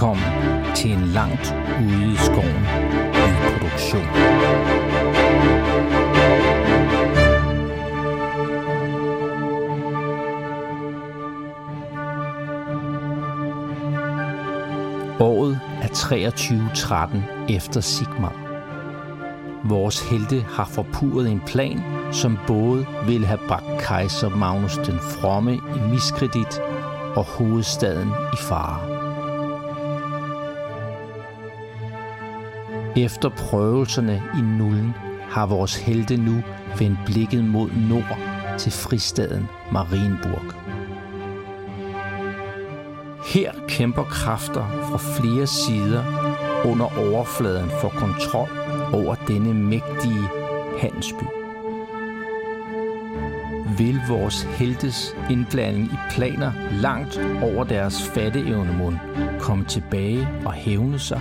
Velkommen til en langt ude i skoven lydproduktion. Året er 2313 efter Sigmar. Vores helte har forpurret en plan, som både ville have bragt kejser Magnus den Fromme i miskredit og hovedstaden i fare. Efter prøvelserne i nullen har vores helte nu vendt blikket mod nord til fristaden Marienburg. Her kæmper kræfter fra flere sider under overfladen for kontrol over denne mægtige handelsby. Vil vores heltes indblanding i planer langt over deres fatteevnemund komme tilbage og hævne sig?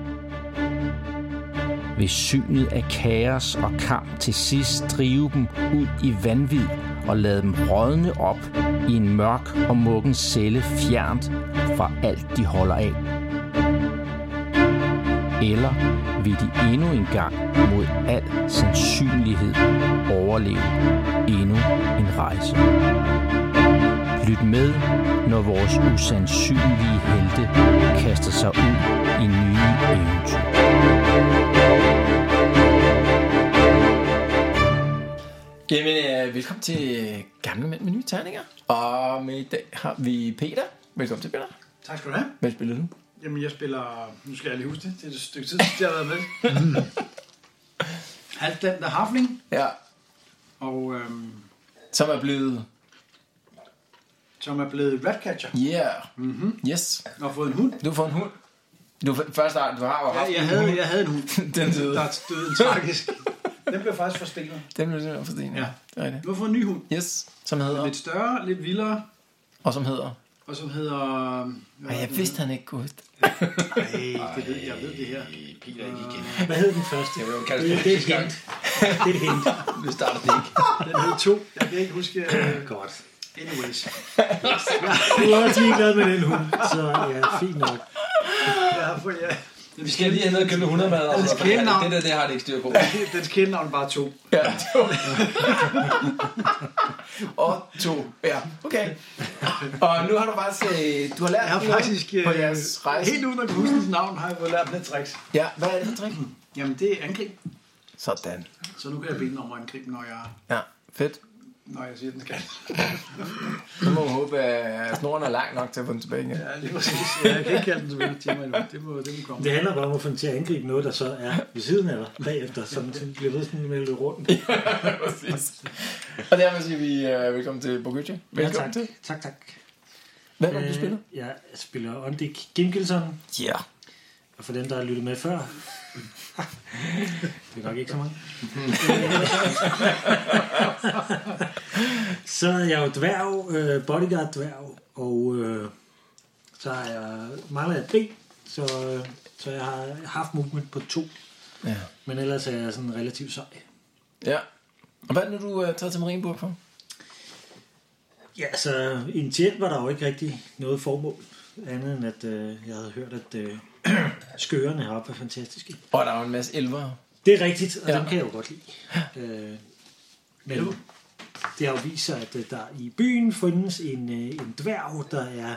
Vil synet af kaos og kamp til sidst drive dem ud i vanvid og lade dem rådne op i en mørk og muggen celle fjernt fra alt de holder af? Eller vil de endnu en gang mod al sandsynlighed overleve endnu en rejse? Lyt med, når vores usandsynlige helte kaster sig ud i nye eventyr. Jamen, velkommen til Gamle Mænd med nye terninger. Og med i dag har vi Peter. Velkommen til, Peter. Tak skal du have. Hvad spiller du? Jamen, jeg spiller... Nu skal jeg lige huske det. Det er et stykke tid, jeg har været med. Halvdan der Hafling. Ja. Og Som er blevet... Ratcatcher. Yeah. Mm-hmm. Yes. Og har fået en hund. Du har fået en hund. Du har jo haft Jeg havde en hund. Den døde. Der er døden tragisk. Den blev faktisk forstenet. Den blev simpelthen forstenet. Ja. Det er det. Du har fået en ny hund. Yes. Som hedder... Lidt større, lidt vildere. Og som hedder... Ej, jeg vidste han ikke godt. Nej, det ved jeg ved det her. Peter ikke igen. Hvad hed den første? Jeg vil jo kalde det Det er et hint. Det er et hint. Nu starter det ikke. Den hed 2. Jeg kan ikke huske... Godt. Anyways. Du er også ligeglad med den hund, så ja, fint nok. Vi skal lige have noget at købe 100 mad. Altså, det har det ikke styr på. Dens kælenavn bare 2. Ja, 2. Og 2. Ja, okay. Og nu har du faktisk... Du har lært jeg har faktisk på jeres rejse. Helt uden at kunne huske dens navn, har jeg fået lært lidt tricks. Ja, hvad er det for trick? Jamen, det er angreb. Sådan. Så nu kan jeg bede den om at angribe, når Ja, fedt. jeg siger, den skal. Så må vi håbe, at snoren er lang nok til at få den tilbage igen. Ja, lige præcis. Jeg kan ikke kalde den tilbage til mig endnu. Det må komme. Det handler bare om at få den til at angribe noget, der så er ved siden af dig bagefter, så den bliver ved sådan med lidt rundt. Ja, præcis. Og dermed siger vi velkommen til Bogucci. Velkommen til. Tak. Hvad var det, du spiller? Jeg spiller Undick Gimgilson. Ja. Yeah. Og for dem, der har lyttet med før... det er nok ikke så mange. Så er jeg jo dværg, bodyguard-dværg, og så er jeg mangler et ben, så jeg har haft movement på 2. Ja. Men ellers er jeg sådan relativt sej. Ja. Og hvad er det nu, du tager til Marienburg for? Ja, så initielt var der jo ikke rigtig noget formål, andet end at jeg havde hørt, at skørerne heroppe er fantastiske. Og der er jo en masse elver. Det er rigtigt, og dem kan jeg jo godt lide. Men det har jo vist sig, at der i byen findes en dværg, der er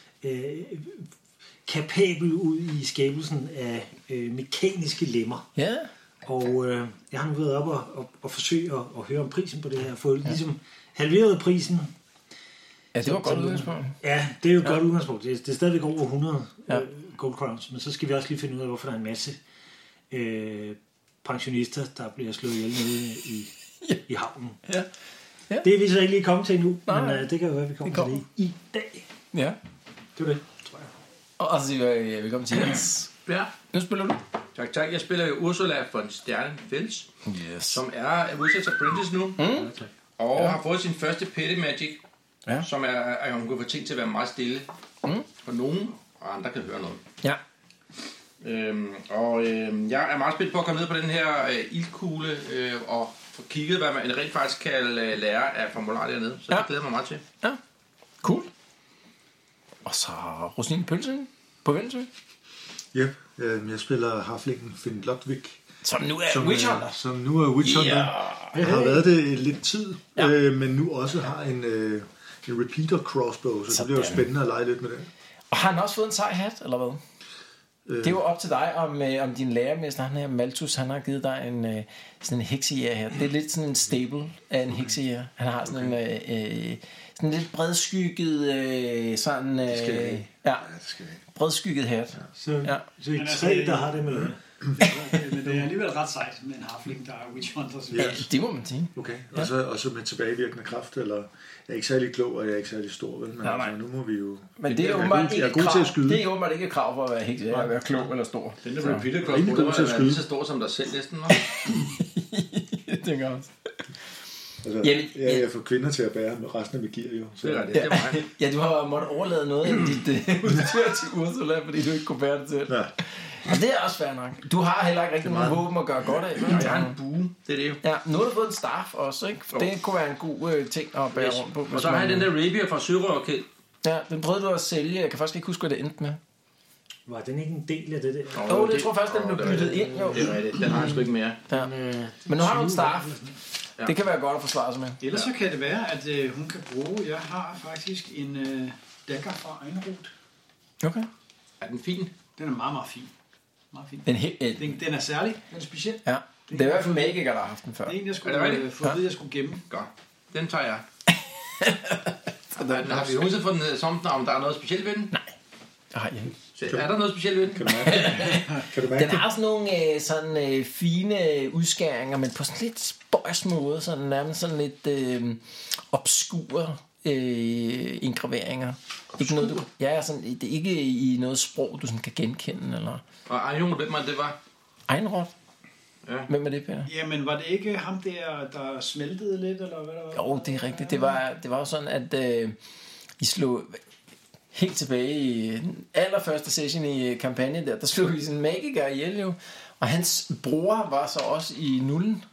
kapabel ud i skabelsen af mekaniske lemmer. Ja. Og jeg har nu været op og forsøge at høre om prisen på det her. Få ligesom halveret prisen. Ja, det var godt udgangspunkt. Ja, det er jo et godt udgangspunkt. Det er stadigvæk over 100 gold crowns. Men så skal vi også lige finde ud af, hvorfor der er en masse pensionister, der bliver slået ihjel nede i havnen. Ja. Ja. Det er vi så ikke lige kommet til endnu, men det kan jo være, vi kommer til det i dag. Ja. Det var det, tror jeg. Og så siger jeg velkommen til Jens. Ja. Nu spiller du. Tak. Jeg spiller jo Ursula von Sternfels, som er Wizards Apprentice nu, og har fået sin første Petty Magic, som er hun kan få ting til at være meget stille for nogen, og andre kan høre noget. Ja. Jeg er meget spændt på at komme ned på den her ildkugle og få kigget, hvad man rent faktisk kan lære af formular dernede. Så det glæder mig meget til. Ja, cool. Og så rosinen pølsen. på Vendelsø. Ja, jeg spiller halflingen Finn Lodvig. Som nu er Witch Hunter. Som nu er Witch Hunter. Ja. Har været det lidt tid, men nu også har en repeater crossbow, så det bliver jo spændende at lege lidt med det. Og har han også fået en sej hat, eller hvad? Det er jo op til dig, om din lærermester, han her Malthus, han har givet dig sådan en heksejæger her. Det er lidt sådan en stable af en heksejæger. Han har sådan en sådan lidt bredskygget bredskygget hat. Så I tre, der har det med. Men det er alligevel ret sejt med en halfling, der er Witch Hunter. Ja, det må man sige. Okay, og så med tilbagevirkende kraft, eller jeg er ikke særlig klog, og jeg er ikke særlig stor, vel? Men altså, nu må vi jo... Men det er åbenbart ikke god til at skyde. Det er åbenbart ikke et krav for at være hekse, at være klog eller stor. Den der repeater crossbow, det var lige så stor som dig selv næsten. Det tænker jeg også. Altså, jeg får kvinder til at bære med resten af Megir, jo. Så. Det er det er mig. Ja, du har måttet overlade noget af dit udstyr til Ursula, fordi du ikke kunne bære det til. Ja. Og det er også fair nok. Du har heller ikke rigtig nogen våben at gøre godt af. Jeg har en bue, det er det jo. Ja, nu har du fået en staff også, ikke? For det kunne være en god ting at bære rundt på. Og så har jeg den der rapier fra Sørøverkæld. Ja, den prøvede du at sælge. Jeg kan faktisk ikke huske, hvad det endte med. Var den ikke en del af det der? Det tror jeg faktisk, den blev byttet ind. Jo. Det er rigtigt. Den har jeg sgu ikke mere. Ja. Men nu har du en staff. Ja. Det kan være godt at forsvare sig med. Ellers så kan det være, at hun kan bruge... Jeg har faktisk en dagger fra Einrot. Okay. Er den fin? Den er meget, meget fin. Meget fin. Den er særlig. Den er speciel. Ja. Det er i hvert fald magikere, der har haft den før. Det er en, jeg skulle få at vide, jeg skulle gemme. Godt. Den tager jeg. Har vi nogensinde fået den som om der er noget specielt ved den? Nej. Det har jeg ikke. Er der noget specielt ved den? Kan du mærke Den har sådan nogle fine udskæringer, men på sådan lidt spøjs måde, sådan nærmest sådan lidt obskure indgraveringer. Ikke noget, sådan, det er ikke i noget sprog, du sådan kan genkende. Eller... Og Ejnrod, hvem det var? Einrot? Ja. Hvem er det, Per? Jamen, var det ikke ham der smeltede lidt, eller hvad der var? Jo, det er rigtigt. Det var jo sådan, at I slog... Helt tilbage i den allerførste session i kampagnen der slog vi sådan en magiker ihjel jo. Og hans bror var så også i nullen,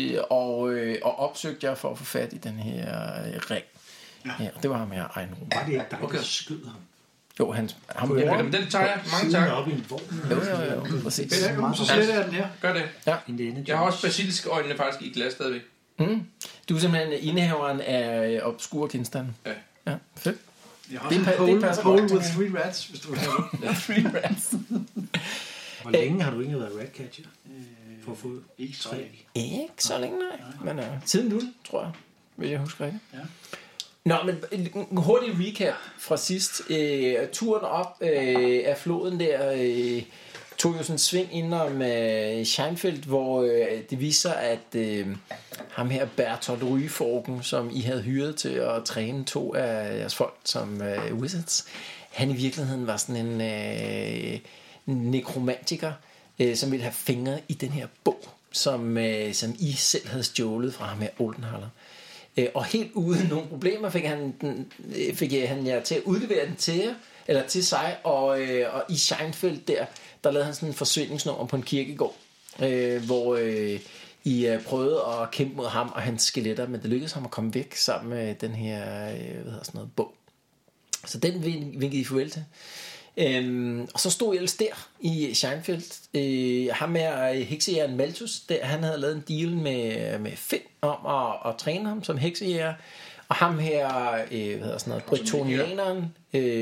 og opsøgte jeg for at få fat i den her ring. Ja. Ja, det var ham her, Einrod. Var det ikke dig, der skød ham? Jo, ham Jamen, den tager jeg. Mange tak. Op i en vogn. Jo, præcis. Så sletter jeg den her. Gør det. Ja. Jeg har også basiliske øjnene faktisk i glas stadigvæk. Du er simpelthen indehaveren af obskure genstande. Ja, fedt. Jeg har også en pole with 3 rats, hvis du vil have det. 3 rats. Hvor længe har du egentlig været ratcatcher? For at få ikke 3. Ikke så længe, nej. Men siden 0, tror jeg, hvis jeg husker rigtigt. Ja. Nå, men en hurtig recap fra sidst. Turen op af floden der tog jo sådan en sving indenom Scheinfeld, hvor det viser, at ham her Bertolt Rygeforken, som I havde hyret til at træne 2 af jeres folk som wizards, han i virkeligheden var sådan en nekromantiker, som ville have fingre i den her bog, som I selv havde stjålet fra ham her Oldenhaller. Og helt uden nogen problemer fik han jer til at udlevere den til jer, eller til sig, og i Scheinfeld der lavede han sådan en forsvindingsnummer på en kirkegård, hvor I prøvede at kæmpe mod ham og hans skeletter, men det lykkedes ham at komme væk sammen med den her bog. Så den vinkede I farvel til. Og så stod I ellers der i Scheinfeld. Ham med heksejægeren Malthus, han havde lavet en deal med Finn om at træne ham som heksejæger. Og ham her, bretonianeren,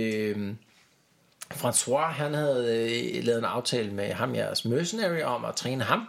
François, han havde lavet en aftale med ham, jeres mercenary, om at træne ham.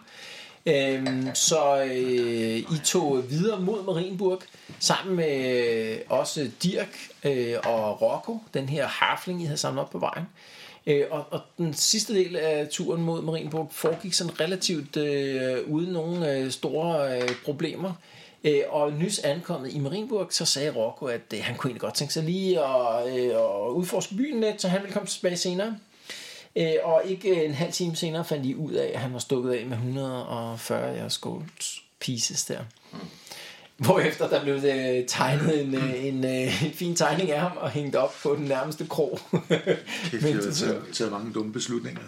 Så I tog videre mod Marienburg sammen med også Dirk og Rocco, den her harfling I havde samlet op på vejen. Og den sidste del af turen mod Marienburg foregik sådan relativt uden nogen store problemer. Og nys ankommet i Marienburg, så sagde Rocco, at han kunne egentlig godt tænke sig lige at udforske byen lidt, så han ville komme tilbage senere. Og ikke en halv time senere fandt I ud af, at han var stukket af med 140 jeres gold pieces der. Hvorefter der blev tegnet en fin tegning af ham og hængt op på den nærmeste krog. Jeg har taget mange dumme beslutninger.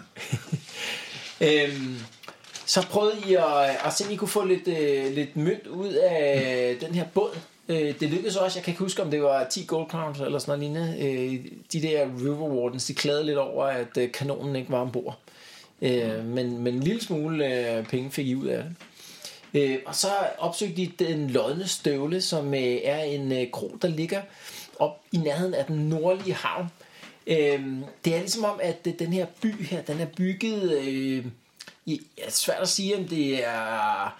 Så prøvede I at se, om I kunne få lidt mønt ud af den her båd, Det lykkedes også. Jeg kan ikke huske, om det var 10 gold crowns eller sådan noget lignende. De der River Wardens, de klagede lidt over, at kanonen ikke var ombord. Men en lille smule penge fik I ud af det. Og så opsøgte de den lodne støvle, som er en kro, der ligger op i nærheden af den nordlige havn. Det er ligesom om, at den her by her, den er bygget... det er svært at sige, om det er...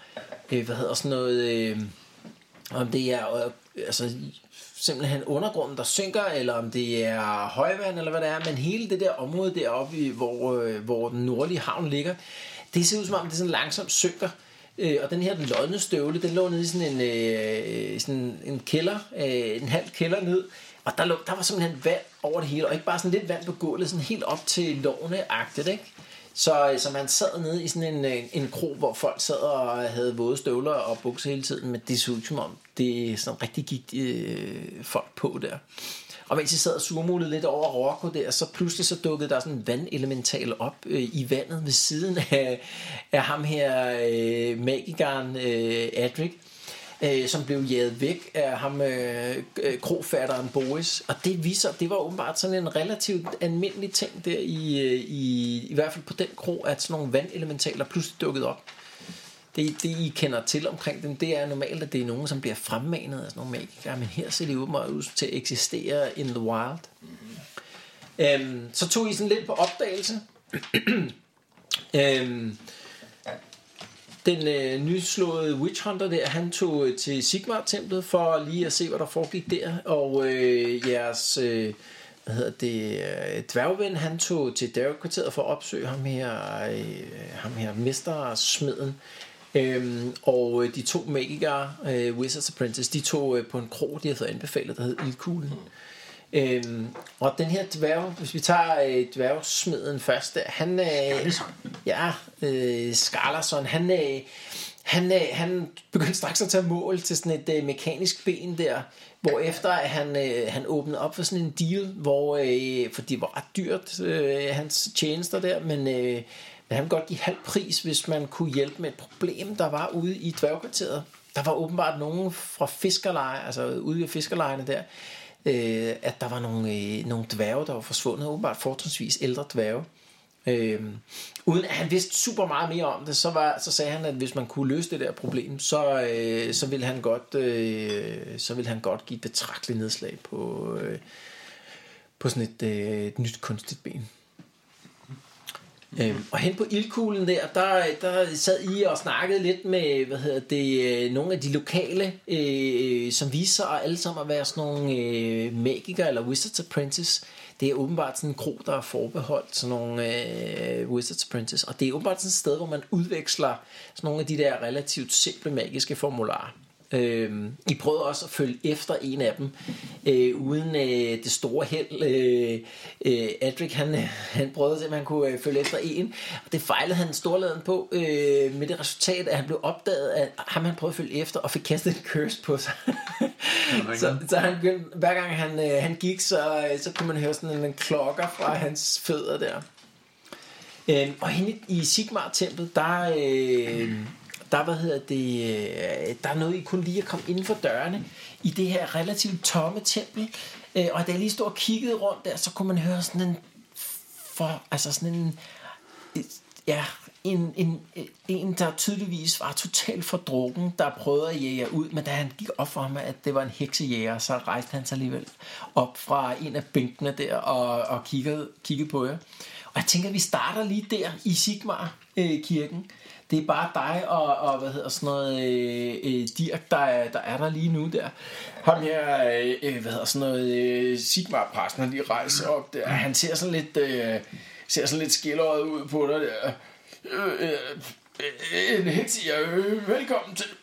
om det er simpelthen undergrunden, der synker, eller om det er højvand, eller hvad det er. Men hele det der område deroppe, hvor den nordlige havn ligger, det ser ud som om, det sådan langsomt synker. Og den her lodne støvle, den lå nede i sådan en kælder, en halv kælder ned. Og der var simpelthen vand over det hele, og ikke bare sådan lidt vand på gulvet, sådan helt op til lårene-agtigt, ikke? Så man sad nede i sådan en kro, hvor folk sad og havde våde støvler og bukser hele tiden, men det så ud som om, det sådan rigtig gik folk på der. Og mens jeg sad og surmulede lidt over Rocco der, så pludselig så dukkede der sådan en vandelemental op i vandet ved siden af ham her, magikeren Adric, som blev jaget væk af ham krofatteren Boris. Og det var åbenbart sådan en relativt almindelig ting der i hvert fald på den kro, at sådan nogle vandelementaler pludselig dukkede op. Det I kender til omkring dem, det er normalt, at det er nogen, som bliver fremmanet af sådan nogle magikere, men her ser det åbenbart ud til at eksistere in the wild. Så tog I sådan lidt på opdagelse. Den nyslåede Witch Hunter der, han tog til Sigmar-templet for lige at se, hvad der foregik der, og jeres dværgven, han tog til dværgkvarteret for at opsøge ham her mestersmeden. Og de to magikere, Wizards Apprentice, de tog på en krog, de havde fået anbefalet, der hed Ildkuglen. Og den her dværg, hvis vi tager dværgsmeden først, han Skarlason, han begyndte straks at tage mål til sådan et mekanisk ben der, hvor efter han åbnede op for sådan en deal, hvor for det var ret dyrt hans tjenester der, men han ville godt give halv pris, hvis man kunne hjælpe med et problem, der var ude i dværgkvarteret. Der var åbenbart nogen fra fiskerleje, altså ude ved fiskerlejene der, at der var nogle dværge, der var forsvundet, åbenbart fortrinsvis ældre dværge. Uden at han vidste super meget mere om det, så sagde han, at hvis man kunne løse det der problem, så ville han godt give et betragteligt nedslag på sådan et nyt kunstigt ben. Og hen på ildkuglen der sad I og snakkede lidt med nogle af de lokale, som viser sig alle sammen at være sådan nogle magikere eller Wizards Apprentice. Det er åbenbart sådan en krog, der er forbeholdt sådan nogle Wizards Apprentice, og det er åbenbart sådan et sted, hvor man udveksler sådan nogle af de der relativt simple magiske formularer. I prøvede også at følge efter en af dem uden det store held. Adric han prøvede at man kunne følge efter en, og det fejlede han storladen på med det resultat, at han blev opdaget af ham, han prøvede at følge efter og fik kastet en curse på sig. så han begyndte, hver gang han gik, så kunne man høre sådan en klokker fra hans fødder der. Og henne i Sigmar-templet, der er noget, I kun lige at komme inden for dørene i det her relativt tomme tempel. Og da jeg lige stod og kiggede rundt der, så kunne man høre sådan en der tydeligvis var totalt fordrukken, der prøvede at jage ud, men da han gik op for ham, at det var en heksejæger, så rejste han sig alligevel op fra en af bænkene der og kiggede på jer. Og jeg tænker, at vi starter lige der i Sigmar-kirken. Det er bare dig og Dirk, der er der lige nu der. Ham her, Sigmar-præsten, han lige rejser op der. Han ser sådan lidt skilleret ud på dig der. En heks, velkommen til.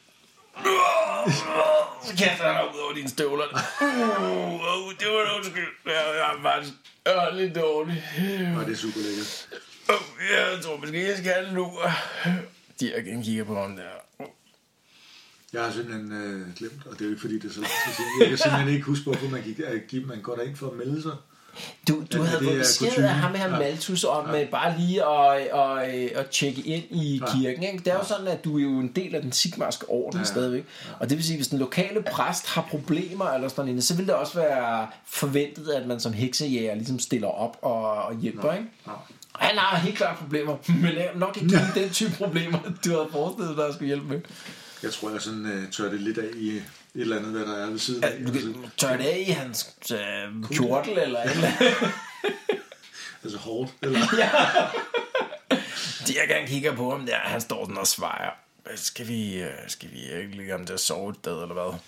Så kaster han ud over dine støvler. Det var undskyld. Jeg var lidt dårlig. Og det er super lækkert. Jeg tror måske, jeg skal have det nu. Dirk kigger på ham der. Jeg har simpelthen glemt, og det er jo ikke fordi, det er så lang tid siden. Jeg kan simpelthen ikke huske, hvorfor man går derind for at melde sig. Du havde fået besked af ham med Malthus om bare lige at tjekke ind i kirken. Ikke? Det er jo sådan, at du er jo en del af den sigmarske orden stadigvæk. Og det vil sige, hvis den lokale præst har problemer eller sådan noget, så vil det også være forventet, at man som heksejæger ligesom stiller op og hjælper. Ikke? Han har helt klart problemer, men nok ikke den type problemer, du havde forestillet dig at skulle hjælpe med. Jeg tror, jeg sådan tør det lidt af i et eller andet, hvad der er ved siden af. Du tør det af i hans kjortel eller et eller andet. Altså hårdt, eller? Ja. Jeg kan kigge på ham der, han står sådan og svarer. Skal vi ikke ligge ham til at sove et sted, eller hvad?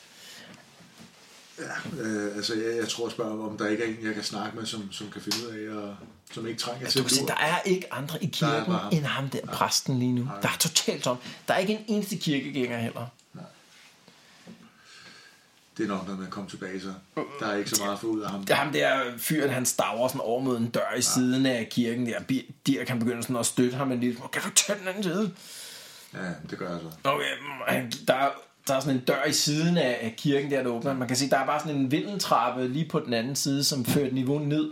Ja, altså jeg tror at spørge, om der ikke er en, jeg kan snakke med, som kan finde ud af, og som ikke trænger til. Du kan sige, der er ikke andre i kirken end ham der, præsten lige nu. Der er totalt tom. Der er ikke en eneste kirkegænger heller. Nej. Det er nok noget med at komme tilbage, så der er ikke så meget at få ud af ham. Det er ham der fyren, han staver sådan over mod en dør i siden af kirken der. Dirk kan begynde sådan at støtte ham en lille. Kan du tage den anden side? Ja, det gør jeg så. Okay, der er sådan en dør i siden af kirken der åbner. Man kan se, der er bare sådan en vindeltrappe lige på den anden side, som fører et niveau ned.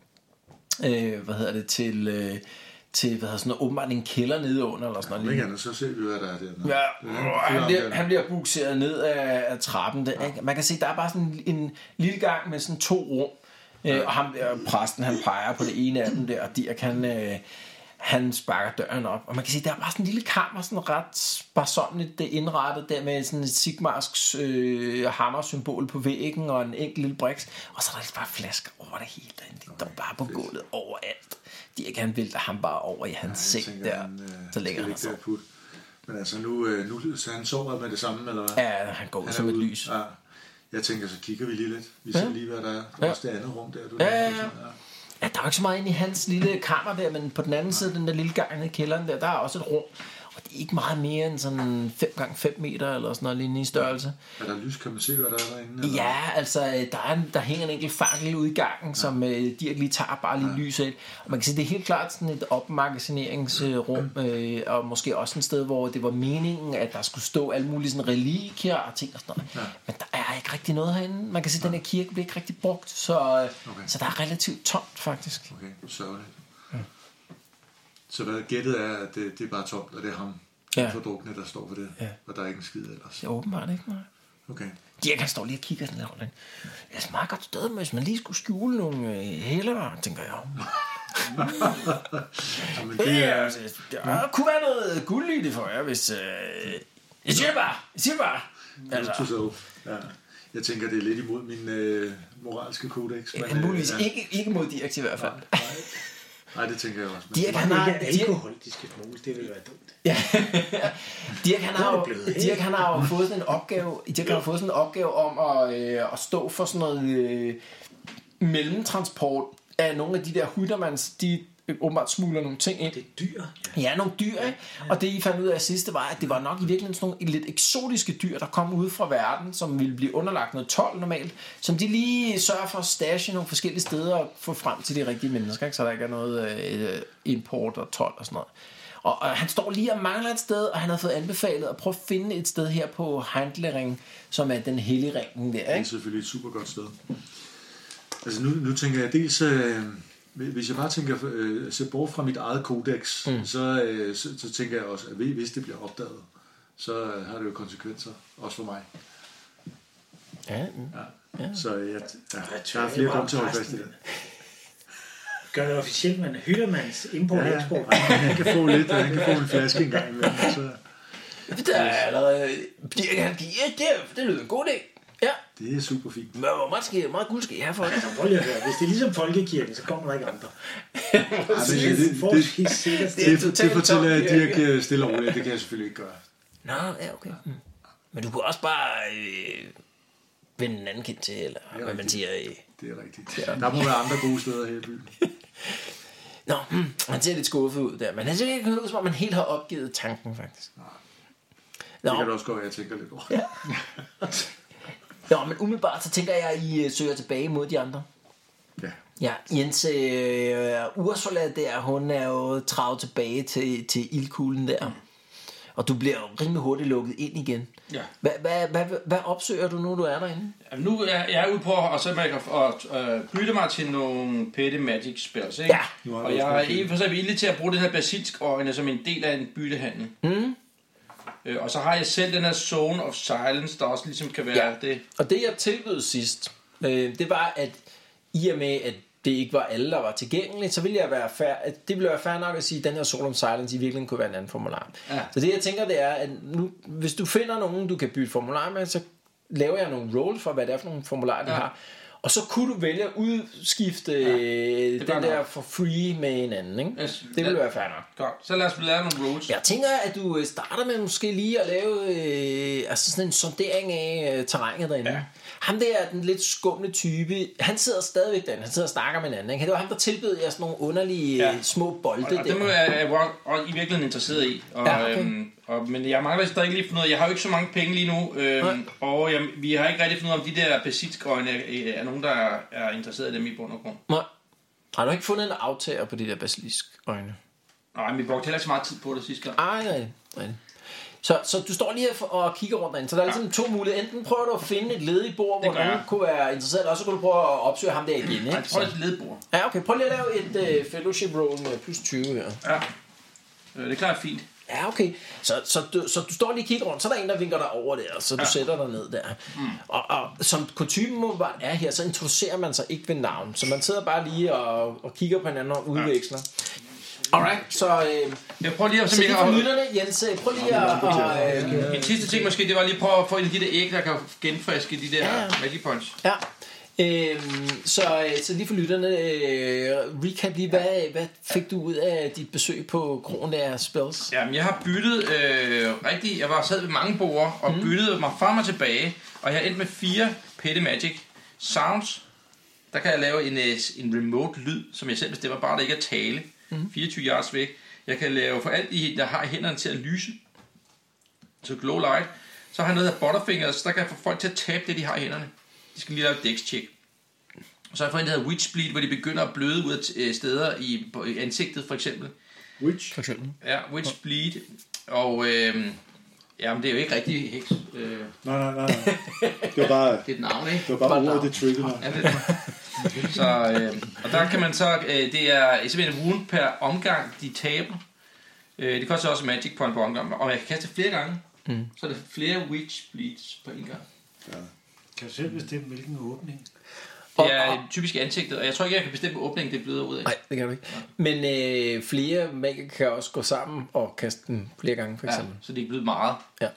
Til sådan åbenbart en kælder nede under eller sådan noget. Ja, så ser vi, hvad der er der. Ja, han bliver bukseret ned af trappen. Der, ikke? Man kan se, der er bare sådan en lille gang med sådan 2 rum. Og ham der, præsten, han peger på det ene af dem der, og Dirk, han sparker døren op. Og man kan se, der er bare sådan en lille kammer, sådan ret sparsomligt indrettet der med sådan et sigmarsk hammersymbol på væggen og en enkelt lille briks. Og så er der bare flasker over det hele. Der er bare på gulvet overalt. Dirk, han vælter ham bare over i hans seng der. Så ligger han så. Men altså nu så han sover med det samme, eller hvad? Ja, han går som et lys. Ja. Jeg tænker, så kigger vi lige lidt. Vi ser lige, hvad der er. Også det andet rum der. Ja, der er jo ikke så meget inde i hans lille kammer der, men på den anden side, den der lille gang i kælderen der er også et rum. Og det er ikke meget mere end sådan 5x5 meter eller sådan noget lignende i størrelse. Er der lys? Kan man se, hvad der er derinde? Eller? Ja, altså der hænger en enkelt fakkel ude i gangen, som Dirk lige tager bare lige lys af. Og man kan sige, det er helt klart sådan et opmagasineringsrum, og måske også et sted, hvor det var meningen, at der skulle stå alle mulige sådan relikier og ting og sådan noget. Ja. Men der er ikke rigtig noget herinde. Man kan sige, at den her kirke bliver ikke rigtig brugt, så der er relativt tomt faktisk. Okay, sørgeligt. Så hvad gættet er, at det er bare tomt, og det er ham, fordrukne, der står for det, og der er ikke en skid ellers. Det er åbenbart ikke meget. Okay. Dirk, han står lige og kigger sådan lidt. Det er et meget godt sted, hvis man lige skulle skjule nogle hælevarer, tænker jeg. Det kunne være noget guldlydigt for jer, hvis... Jeg siger bare. Altså. Ja. Jeg tænker, det er lidt imod min moralske kodex. Muligvis ikke mod Dirk i hvert fald. Nej, det tænker jeg også. Dirk, han har alkohol, de skal bruges. Det vil være dumt. Ja. Dirk, han har jo fået sådan en opgave. Dirk har fået sådan en opgave om at stå for sådan noget mellemtransport af nogle af de der hyttermands, de åbenbart smugler nogle ting ind. Det er dyr. Ja, nogle dyr, ikke? Og det I fandt ud af sidste var, at det var nok i virkeligheden sådan nogle lidt eksotiske dyr, der kom ud fra verden, som ville blive underlagt noget told normalt, som de lige sørger for at stashe nogle forskellige steder og få frem til de rigtige mennesker, ikke? Så der ikke er noget import og told og sådan noget. Og han står lige og mangler et sted, og han har fået anbefalet at prøve at finde et sted her på Handlering, som er den hellige ringen der, ikke? Det er selvfølgelig et super godt sted. Altså nu tænker jeg dels... Hvis jeg bare tænker, se bort fra mit eget kodex, så tænker jeg også, at hvis det bliver opdaget, så har det jo konsekvenser, også for mig. Ja. Så jeg har flere grund til at holde fast i det. Gør det officielt, man hyttermands import og eksport. Han kan få lidt, han kan få en flaske en gang imellem. Så. Der er allerede... Det lyder en god idé. Ja. Det er super fint. Men hvor meget guld skal I have for det? Prøv lige at høre. Hvis det er ligesom folkekirken, så kommer der ikke andre. Det fortæller jeg Dirk stille og roligt. Det kan jeg selvfølgelig ikke gøre. Nå, ja, okay. Men du kunne også bare vende en anden kind til, eller hvad man siger. Det er rigtigt. Der må være andre gode steder her i byen. Nå, han ser lidt skuffet ud der, men han ser ikke ud, som om man helt har opgivet tanken, faktisk. Det kan du også godt, jeg tænker lidt over. Ja. Nå, men umiddelbart så tænker jeg, at I søger tilbage mod de andre. Ja, Jens, Ursula der, hun er jo travet tilbage til ildkuglen der. og du bliver jo rimelig hurtigt lukket ind igen. Ja. Hvad opsøger du nu, du er derinde? Jamen, nu er jeg ude på at bytte mig til nogle Petty Magic spells, ikke? Ja. Og jeg er i for sig villig til at bruge det her basilsk-øjne som en del af en byttehandel. Og så har jeg selv den her Zone of Silence, der også ligesom kan være det. Og det jeg tilbød sidst, det var, at i og med, at det ikke var alle, der var tilgængelige, så ville jeg være det ville være fair nok at sige, at den her Zone of Silence i virkeligheden kunne være en anden formular. Ja. Så det jeg tænker, det er, at nu, hvis du finder nogen, du kan bytte formular med, så laver jeg nogle rolls for, hvad det er for nogle formularer, de har. Og så kunne du vælge at udskifte den der for free med en anden, ikke? Yes. Det ville være fair nok. Godt. Så lad os lave nogle rules. Jeg tænker, at du starter med måske lige at lave sådan en sondering af terrænet derinde. Ja. Ham der er den lidt skumle type. Han sidder stadigvæk derinde. Han sidder og snakker med en anden, ikke? Det var ham, der tilbød jer sådan nogle underlige små bolde. Og dem er jeg i virkeligheden interesseret i. Og, men jeg mangler stadig lige finde ud af, jeg har jo ikke så mange penge lige nu. Og vi har ikke rigtig fundet ud af, om de der basilskøjne er nogen, der er interesseret i dem i bund og grund. Nej. Har du ikke fundet en aftager på de der basilisk-øjne? Nej, men vi brugte heller ikke så meget tid på det sidste gang. Nej. Så du står lige her og kigger rundt derinde. Så der er ligesom to muligheder. Enten prøver du at finde et ledigt bord, hvor nogen kunne være interesseret, og så kan du prøve at opsøge ham der igen. Ikke? Nej, prøv et ledigt bord. Ja, okay. Prøv lige at lave et fellowship roll med plus 20 her. Ja, det er klart fint. Ja, okay. Så du står lige og kigger rundt, så er der en, der vinker dig over der, så du sætter dig ned der. Og som kutymen er her, så introducerer man sig ikke ved navn. Så man sidder bare lige og kigger på hinanden og udveksler. Alright, så jeg prøver lige at så lige for lytterne, Jens, prøv lige at en sidste ting måske, det var lige på at få en af de der æg, der kan genfriske de der Magic Points. Ja. Så lige for lytterne, recap lige, hvad fik du ud af dit besøg på kronen der spells? Jamen, jeg har byttet rigtigt, jeg var sad ved mange borde og byttede mig frem og tilbage, og jeg endte med 4 Petty Magic Sounds. Der kan jeg lave en remote lyd, som jeg selv bestemmer, bare der ikke er tale. 24 yards væk. Jeg kan lave for alt der har hænderne til at lyse, så glow light. Så har jeg noget af Butterfingers, der kan jeg få folk til at tabe det, de har i hænderne. De skal lige lave et dex-check. Så har jeg fået en, der hedder Witch Bleed, hvor de begynder at bløde ud af steder i ansigtet, for eksempel. Witch? For eksempel. Ja, Witch Bleed. Og men det er jo ikke rigtig heks. Nej. Det var bare... Det er et navn, ikke? Det var bare ordet, det trigger. Ja, det så, og der kan man så, det er simpelthen en wound per omgang, de taber. Det koster også magic point på omgang, og jeg kan kaste flere gange. Så er det flere witch bleeds på en gang. Ja. Kan du selv bestemme, hvilken åbning? Det er typisk ansigtet, og jeg tror ikke, jeg kan bestemme åbningen, det bløder ud af. Nej, det kan du ikke. Men flere magier kan også gå sammen og kaste den flere gange, for eksempel. Ja, så det er blevet meget. Ja.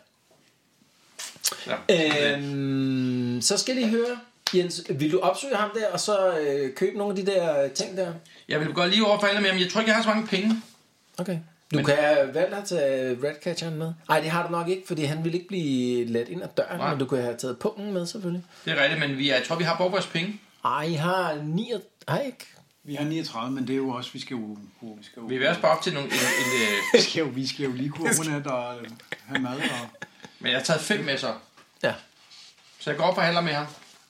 Så skal I høre, Jens, vil du opsøge ham der, og så købe nogle af de der ting der? Jeg vil godt lige overfalde med ham, jeg tror ikke, jeg har så mange penge. Okay. Du kan have valgt at tage Ratcatcheren med. Nej, det har du nok ikke, fordi han vil ikke blive let ind ad døren. Nej. Men du kunne have taget pungen med, selvfølgelig. Det er rigtigt, men jeg tror, vi har brugt vores penge. Ej, I har 9... Ej, ikke? Vi har 39, men det er jo også, vi skal jo vi vil også bare op til nogle... vi skal jo lige kunne overnat og have mad. Og... Men jeg har taget 5 med så. Ja. Så jeg går op og handler med ham.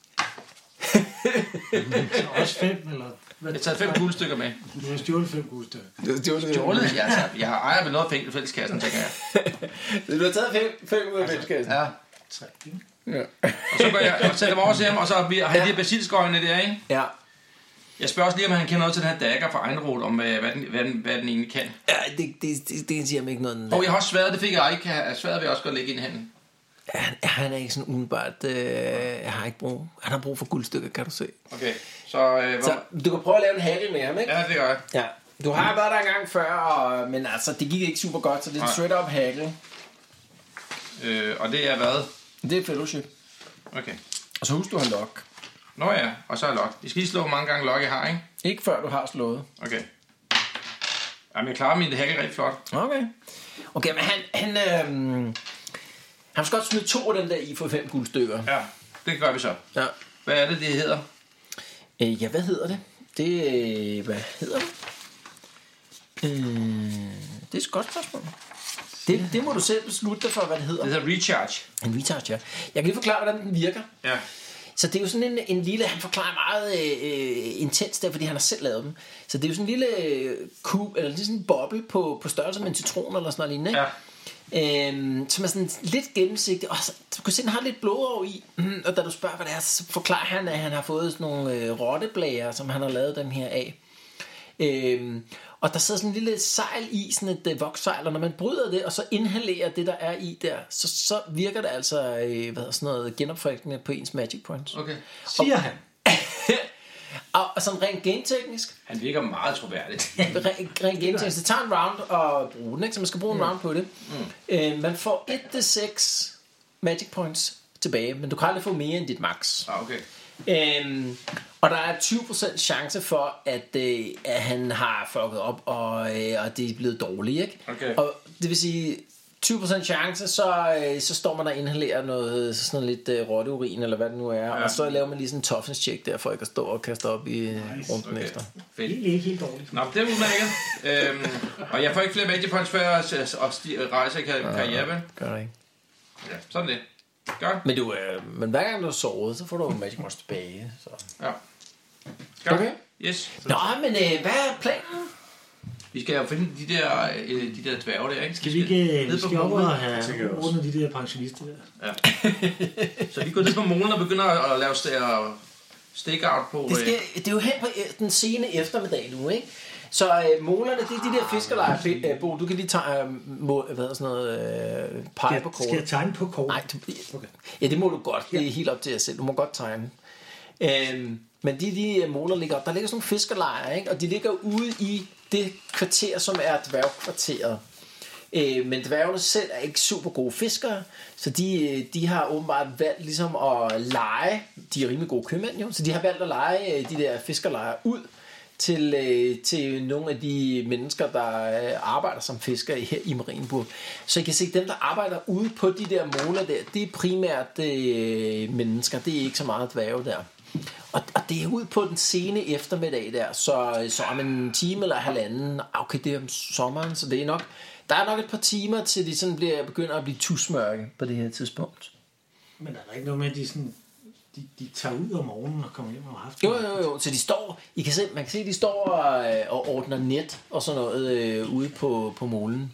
Også 5, eller... Jeg har taget 5 guldstykker med. Du har stjålet 5 guldstykker. Stjålet? Jeg har ejer vel noget af fælleskassen, tænker jeg. Du har taget 5 ud af fælleskassen? Ja. 3. Ja. Og så går jeg og sætter mig over til ham, og så har han de her basilskøjene der, ikke? Ja. Jeg spørger også lige, om han kender noget til den her dagger fra Einrod, om hvad den egentlig kan. Ja, det siger mig ikke noget. Og jeg har også sværet, det fik jeg ikke. Sværet vil jeg også godt lægge ind i handen. Han er ikke sådan umiddelbart. Jeg har ikke brug. Han har brug for guldstykker, kan du se. Okay, så du kan prøve at lave en hagel med ham, ikke? Ja, det gør jeg. Ja. Du har været der en gang før, men altså, det gik ikke super godt, så det er straight up hagel. Og det er hvad? Det er fellowship. Okay. Og så husk, du har lock. Nå ja, og så er lock. De skal lige slå, hvor mange gange lock jeg har, ikke? Ikke før du har slået. Okay. Jamen, jeg klarer min hagel rigtig flot. Okay, men han skal godt smide 2 af den der i for 5 guldstykker. Ja, det gør vi så. Ja. Hvad er det hedder? Ja, hvad hedder det? Hvad hedder det? Det er et godt spørgsmål. Det må du selv beslutte dig for, hvad det hedder. Det hedder recharge. En recharge, ja. Jeg kan lige forklare, hvordan den virker. Ja. Så det er jo sådan en lille, han forklarer meget intens der, fordi han har selv lavet dem. Så det er jo sådan en lille kub, eller sådan en boble på størrelse med en citron eller sådan noget lignende, ikke? Som er sådan lidt gennemsigtig, og så, du kan se, den har lidt blodår i, og da du spørger, hvad det er, så forklarer han, at han har fået sådan nogle rotteblære, som han har lavet dem her af. Og der sidder sådan en lille sejl i, sådan et vokssejl, og når man bryder det, og så inhalerer det, der er i der, så virker det altså sådan noget genopfriskende på ens magic points. Okay. Siger han. Og sådan rent genteknisk. Han virker meget troværdig. Rent genteknisk. Det tager en round og bruge den, ikke? Så man skal bruge en round på det. Man får 1-6 magic points tilbage, men du kan aldrig få mere end dit max. Okay. Og der er 20% chance for, at han har fucket op, og det er blevet dårligt, ikke? Okay. Og det vil sige 20% chance, så står man der og inhalerer noget sådan lidt rotteurin, eller hvad det nu er, og så laver man lige sådan en toughness check der, for ikke at stå og kaste op i runden efter. Fedt. Ikke helt dårligt. Nå, det er udmærket. Og jeg får ikke flere magic points, før jeg rejser i karriere. Gør det ikke. Ja, sådan det. Godt. Men hver gang du har sovet, så får du magic points tilbage. Så. Ja. Godt. Okay. Yes. Nå, men hvad er planen? Vi skal jo finde de der dværge der, ikke? Skal vi ikke op og have rundet de der pensionister der? Ja. Så vi går ned på målen og begynder at lave stake-out på... Det er jo hen på den sene eftermiddag nu, ikke? Så målerne, det er de der fiskerlejer. Bo, du kan lige tage pege på kortet. Skal jeg tegne på kortet? Nej, okay. Ja, det må du godt. Det er helt op til jer selv. Du må godt tegne. Men de måler ligger op. Der ligger sådan nogle fiskerlejer, ikke? Og de ligger ude i det kvarter, som er dværgkvarteret. Men dværgene selv er ikke super gode fiskere, så de har åbenbart valgt ligesom at lege. De er rimelig gode købmænd, jo, så de har valgt at lege de der fiskerlejer ud til nogle af de mennesker, der arbejder som fiskere her i Marienburg. Så I kan se, dem, der arbejder ude på de der måler der, det er primært mennesker. Det er ikke så meget dværge der. Og det er ud på den sene eftermiddag der, så om en time eller halvanden, okay, det er om sommeren, så det er nok, der er nok et par timer, til de sådan begynder at blive tusmørke på det her tidspunkt. Men er der ikke noget med, at de tager ud om morgenen og kommer hjem om aftenen? Jo, så de står, man kan se, de står og ordner net og sådan noget ude på målen.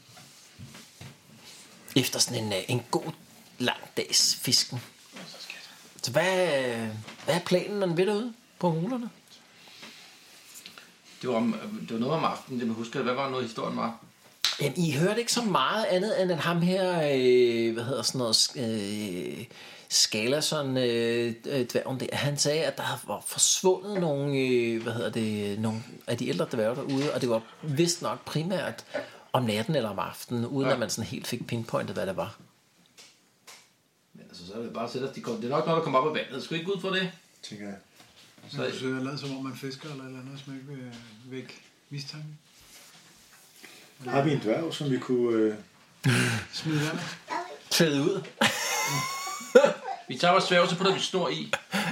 Efter sådan en god lang dags fisken. Så hvad er planen, når den ved derude på målerne? Det var noget om aftenen, det man husker. Hvad var noget historien var? Jamen, I hørte ikke så meget andet, end at ham her, Skalason, dværgen der, han sagde, at der var forsvundet nogle af de ældre dværge derude, og det var vist nok primært om natten eller om aftenen, uden at man sådan helt fik pinpointet, hvad det var. Men altså, så er det bare at sætte, det er nok noget, der kommer op af vandet. Skal vi ikke ud for det? Tænker jeg. Så du søger lavet, som om man fisker eller andet, som ikke vil væk mistanke. Har vi en dværg, som vi kunne... Smide vandet? Træde ud. Vi tager vores sværge, så putter vi snor i.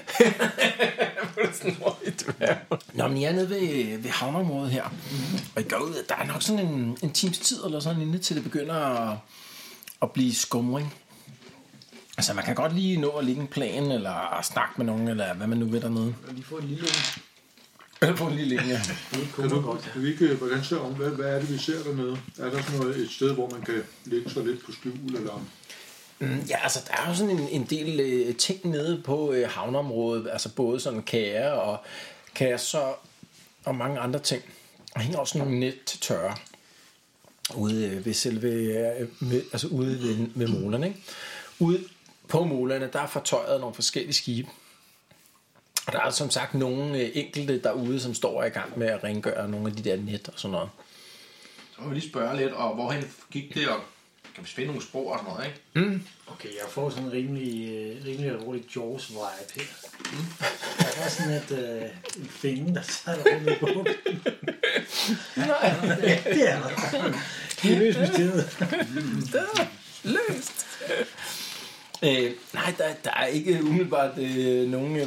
Nå, men jeg er nede ved havneområdet her. Og I går ud, der er nok sådan en times tid eller sådan inden til det begynder at blive skumring. Altså, man kan godt lige nå at lægge en plan, eller snakke med nogen, eller hvad man nu ved dernede. Og lige få en lille Få en lille ja. Kan vi ikke se om, hvad er det, vi ser dernede? Er der sådan noget, et sted, hvor man kan lægge sig lidt på skjul, eller... Ja, altså der er jo sådan en del ting nede på havneområdet, altså både sådan kager og kasser og mange andre ting. Der hænger også nogle net til tørre ude ved selve, ude ved målerne, ikke? Ude på målerne, der er fortøjet nogle forskellige skibe. Og der er som sagt nogle enkelte derude, som står i gang med at rengøre nogle af de der net og sådan noget. Så må vi lige spørge lidt, og hvorhen gik det, og kan vi finde nogle spor og sådan noget, ikke? Okay, jeg får sådan en rimelig roligt Jaws-vibe her. Der er sådan et finde, der tager rundt i bogen. Nej, det er der. Det er løst mysteriet. Løst. Nej, der er ikke umiddelbart nogen,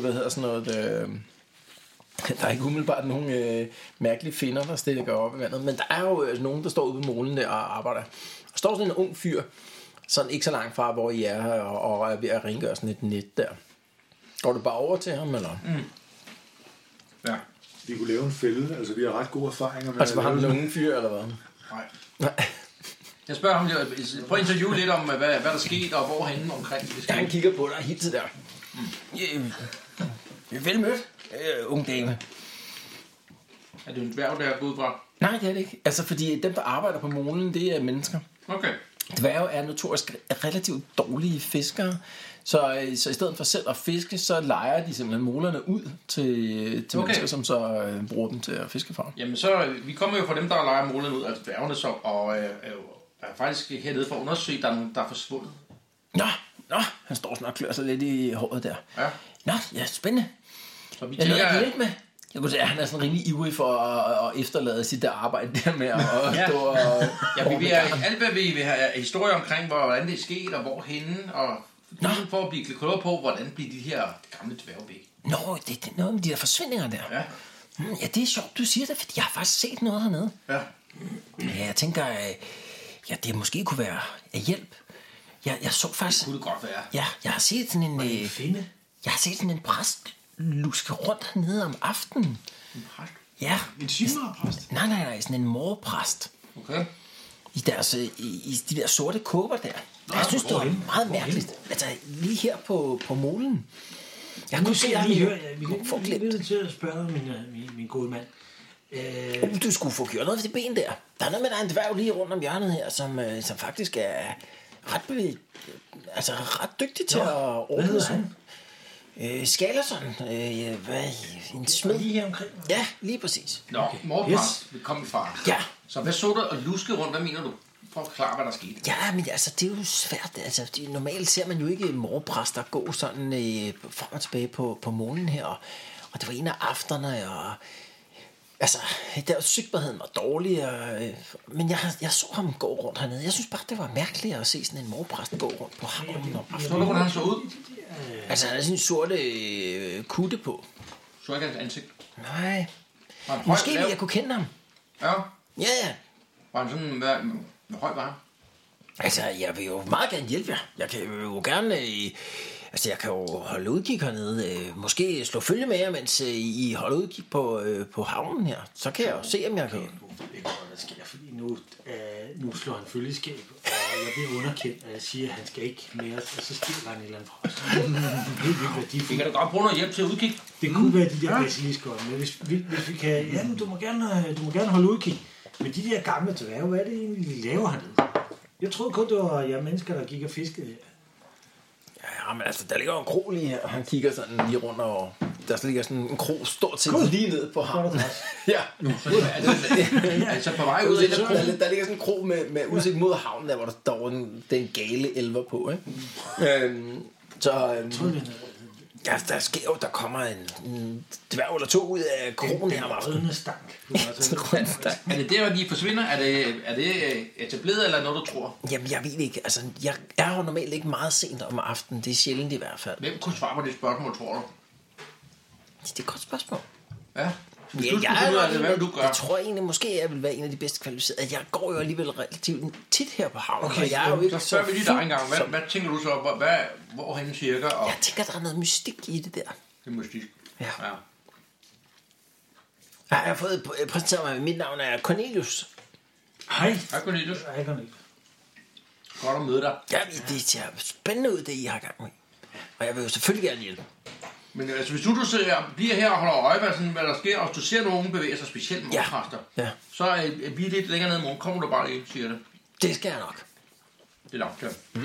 der er ikke umiddelbart nogen mærkelige finder, der stikker op i vandet, men der er jo nogen, der står ude på målen der og arbejder. Der står sådan en ung fyr, sådan ikke så langt fra, hvor I er, og er ved at rengøre sådan et net der. Går du bare over til ham, eller? Ja. Vi kunne lave en fælde, altså vi har ret gode erfaringer med... Altså var han en unge fyr, eller hvad? Nej. Jeg spørger ham, prøv at interviewe lidt om, hvad der skete, og hvorhenne omkring det skete. Ja, han kigger på dig helt til der. Vel mødt, unge dame. Er det en dværg, der er gået fra? Nej, det er det ikke. Altså, fordi dem, der arbejder på molen, det er mennesker. Okay. Dværge er notorisk relativt dårlige fiskere, så i stedet for selv at fiske, så lejer de simpelthen molerne ud til mennesker, som så bruger dem til at fiske for. Jamen så, vi kommer jo fra dem, der lejer molerne ud, altså dværgene så, og er faktisk hernede for at undersøge, der er nogen, der er forsvundet. Nå, han står sådan og klør sig lidt i håret der. Ja. Nå, ja, spændende. Så vi Jeg tænker, er lidt med. Jeg kunne sige, at han er sådan rimelig ivrig for at efterlade sit der arbejde der med at stå og... Ja, vi vil alt, hvad vi vil have historie omkring, hvordan det er sket, og hvorhenne, og for at blive klogere på, hvordan bliver de her gamle dværge væk. Nå, det er noget med de der forsvindinger der. Ja. Ja, det er sjovt, du siger det, fordi jeg har faktisk set noget hernede. Ja. Ja, jeg tænker, det måske kunne være af hjælp. Jeg så faktisk... Det kunne det godt være. Ja, jeg har set sådan en... Jeg har set sådan en præst luske rundt hernede om aftenen. En præst? Ja. En sygemarpræst? Nej, sådan en morpræst. Okay. I de der sorte kåber der. Jeg synes, det var meget mærkeligt. Altså, lige her på molen. Jeg kunne se, at vi er nødt til at spørge min gode mand. Du skulle få gjort noget for det ben der. Der er noget med, der er en dværg lige rundt om hjørnet her, som faktisk er ret dygtig til at ordne sådan. Skalason. En smed. Lige her omkring? Ja, lige præcis. Nå, morpræst, vi kom fra. Ja. Så hvad så du og luske rundt? Hvad mener du? For at forklare, hvad der skete. Ja, men altså, det er jo svært. Altså, normalt ser man jo ikke morpræster gå sådan frem og tilbage på månen her. Og det var en af aftenerne, og altså, der sigtbarheden var dårlig, men jeg så ham gå rundt hernede. Jeg synes bare, det var mærkeligt at se sådan en morpræst gå rundt på havnen om aftenen. Så du, hvordan han så ud? Altså, han havde sådan en sorte kutte på. Så ikke hans ansigt? Nej. Måske ville jeg kunne kende ham. Ja. Ja. Var han sådan, hvor høj var han? Altså, jeg vil jo meget gerne hjælpe jer. Jeg kan jo gerne... Altså, jeg kan jo holde udkig hernede. Måske slå følge med jer, mens I holder udkig på havnen her. Så kan jeg jo se, om jeg kan... Jeg ved ikke, hvad der sker, fordi nu slår han følgeskab, og jeg bliver underkendt, og jeg siger, at han skal ikke mere, og så stiller han et eller andet fra os. Vi kan da godt bruge noget hjælp til at udkigge. Det kunne være de der basilisker, men hvis vi kan... Ja, du må gerne holde udkig. Men de der gamle dværge, hvad er det egentlig, de laver hernede? Jeg troede kun, det var jer mennesker, der gik og fiskede. Ja, men altså, der ligger jo en kro lige her, og han kigger sådan lige rundt, og der ligger sådan en kro stort set lige ned på havnen. Ja. Altså på vej ud af det. Der ligger sådan en kro med udsigt mod havnen, der hvor der står den gale elver på, ikke? Ja, der kommer en dværg eller to ud af krogen her om aftenen. Er det der, hvor de forsvinder? Er det etableret, eller noget, du tror? Jamen, jeg ved ikke. Altså, jeg er jo normalt ikke meget sent om aftenen. Det er sjældent i hvert fald. Hvem kunne svare på det spørgsmål, tror du? Det er et godt spørgsmål. Ja. Jeg tror egentlig, måske jeg vil være en af de bedste kvalificerede. Jeg går jo alligevel relativt tit her på havnen. Okay, jeg er jo ikke så spørger vi lige dig engang. Hvad tænker du så? Hvorhen cirka? Og... Jeg tænker, der er noget mystik i det der. Det er mystik. Ja. Jeg har fået præsenteret mig. Mit navn er Cornelius. Hej. Hej Cornelius. Hej Cornelius. Godt at møde dig. Ja, det ser spændende ud, det I har gang med. Og jeg vil jo selvfølgelig gerne hjælpe. Men altså, hvis du bliver her og holder øje med, hvad der sker, og du ser nogen bevæge sig, specielt morpræster, så er vi lidt længere ned i morgen. Kommer du bare lige, siger det. Det skal jeg nok. Det er nok, ja.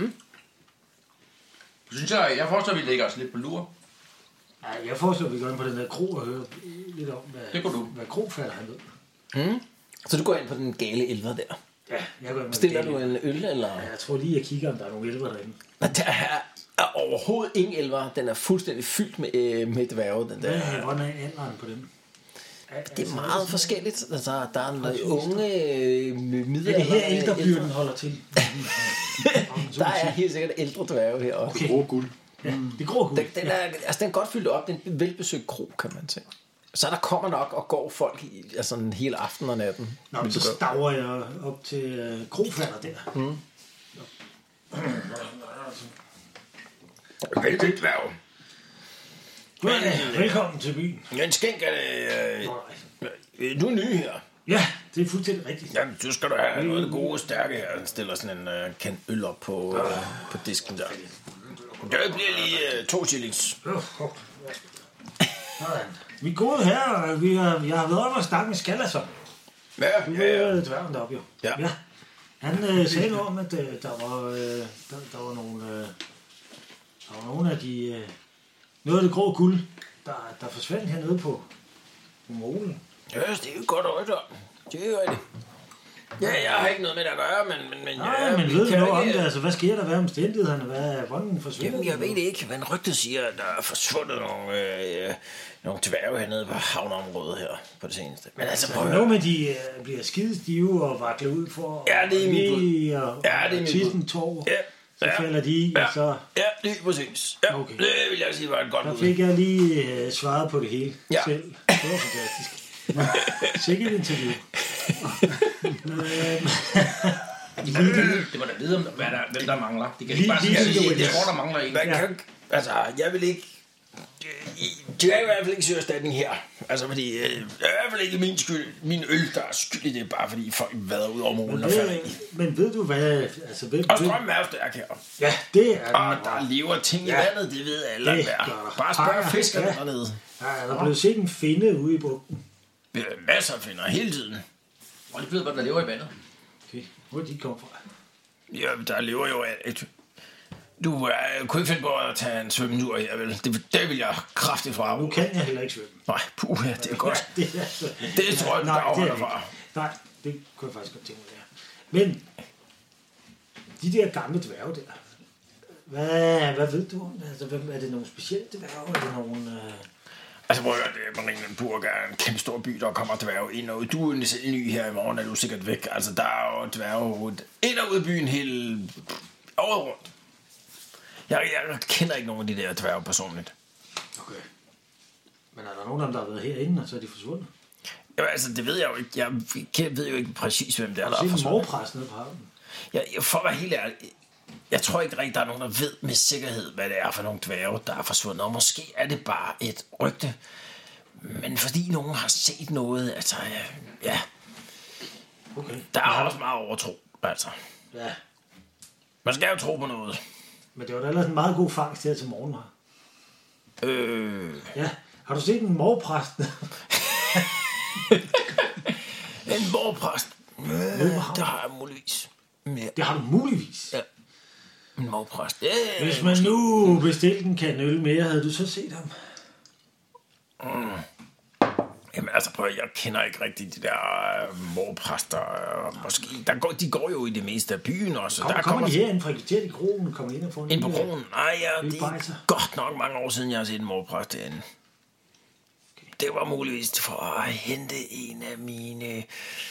Synes jeg forstår, at vi lægger os lidt på lur. Ja, jeg forstår, at vi går ind på den der kro og hører lidt om, hvad krofatter han ved. Så du går ind på den gale elver der? Ja, jeg går ind på Stiller du en øl, eller? Ja, jeg tror lige, jeg kigger, om der er nogle elver derinde. Der er overhovedet ingen elver. Den er fuldstændig fyldt med dværge. Den der. Hvordan er alderen på dem? Det er meget forskelligt. Altså, der er en unge middelalder. Det er her ældrebyrden holder til. Der er helt sikkert ældre dværge her også. Det grå guld. Ja, det grå guld. Den er godt fyldt op. Den er en velbesøgt kro, kan man sige. Så der kommer nok og går folk en hele aften og natten. Nå, så staver jeg op til krofatter der. Vældig dværge. Velkommen til byen. En skænk er det... Du er ny her. Ja, det er fuldstændig rigtigt. Jamen, så skal du have noget af det gode stærke her. Han stiller sådan en kan øl op på disken der. Det bliver lige 2 shillings. Vi er gode her. Jeg har været oppe og snakke med Skallasson. Ja. Dværgen deroppe jo. Ja. Han sagde noget om, at der var nogle af de... noget af det grå guld, der forsvandt hernede på molen. Ja, det er jo godt øje. Det er jo rigtigt. Ja, jeg har ikke noget med det at gøre, men men ved du noget om det? Altså, hvad sker der? Hvad er omstændighederne? Hvordan forsvinder? Jamen, jeg ved ikke, men rygtet siger, at der er forsvundet nogle dværge hernede på havneområdet her på det seneste. Men altså, prøv at noget med, de bliver skidestive og vakler ud for... Ja, det er min bud. Ja, det er min bud. Så falder de i, og så... Ja, lige præcis. Ja, okay. Det vil jeg sige var et godt bud. Der fik jeg lige svaret på det hele selv. Det var fantastisk. Sikkert interview. Det må da vide, hvem der mangler. Det kan ikke bare sige, at det er hvor der mangler en. Altså, jeg vil ikke... Det er i hvert fald ikke søgerstatning her. Altså, fordi... Det er i hvert fald ikke min skyld. Min øl, der er skyld i det, bare fordi folk vader ud over målen og falder i. Men ved du hvad... Altså, og strømmen er jo stærk her. Ja, det er... Og der lever ting i vandet, det ved alle der. Bare spørg fiskerne dernede. Ja, der er blevet set en finde ude i bugten. Vi har masser af finder hele tiden. Og de ved, hvad der lever i vandet. Okay, hvor er de kommet fra? Ja, der lever jo et... Du kunne ikke finde på at tage en svømmetur her, vel? Det vil jeg kraftigt fra. Nu kan jeg heller ikke svømme. Nej, ja, det er godt. Det tror jeg, du afholder fra. Nej, det kunne jeg faktisk godt tænke mig, Men de der gamle dværge der, hvad ved du om det? Altså, er det nogle specielle dværge? Er det nogle... Altså, prøv at høre, det er Marienburg er en kæmpe stor by, der kommer dværge ind og ud. Du er selv ny her i morgen, er du sikkert væk. Altså, der er jo dværge ind og ud af byen hele året rundt. Jeg kender ikke nogen af de der dværge personligt. Okay. Men er der nogen af dem, der har været herinde, og så er de forsvundet? Ja, altså, det ved jeg jo ikke. Jeg ved jo ikke præcis, hvem det er, der er forsvundet. Det er en morpræs nede på havnen. For at være helt ærlig, jeg tror ikke rigtig, der er nogen, der ved med sikkerhed, hvad det er for nogle dværge, der er forsvundet. Og måske er det bare et rygte. Men fordi nogen har set noget, altså, ja. Okay. Der er også meget overtro, altså. Ja. Man skal jo tro på noget. Men det var da ellers en meget god fangst her til morgen, her. Ja. Har du set en morpræst? En morpræst? Det har jeg muligvis. Ja. Det har du muligvis? Ja. En morpræst. Hvis man nu bestilte en kan øl mere, havde du så set ham? Jamen altså, prøv, jeg kender ikke rigtig de der morpræster. Måske, de går jo i det meste af byen også. Kommer de herinde fra i krogen? Kommer ind og får en ind på krogen? Nej, ja, det er bejser. godt nok mange år siden, jeg har set en morpræst derinde. Okay. Det var muligvis for at hente en af mine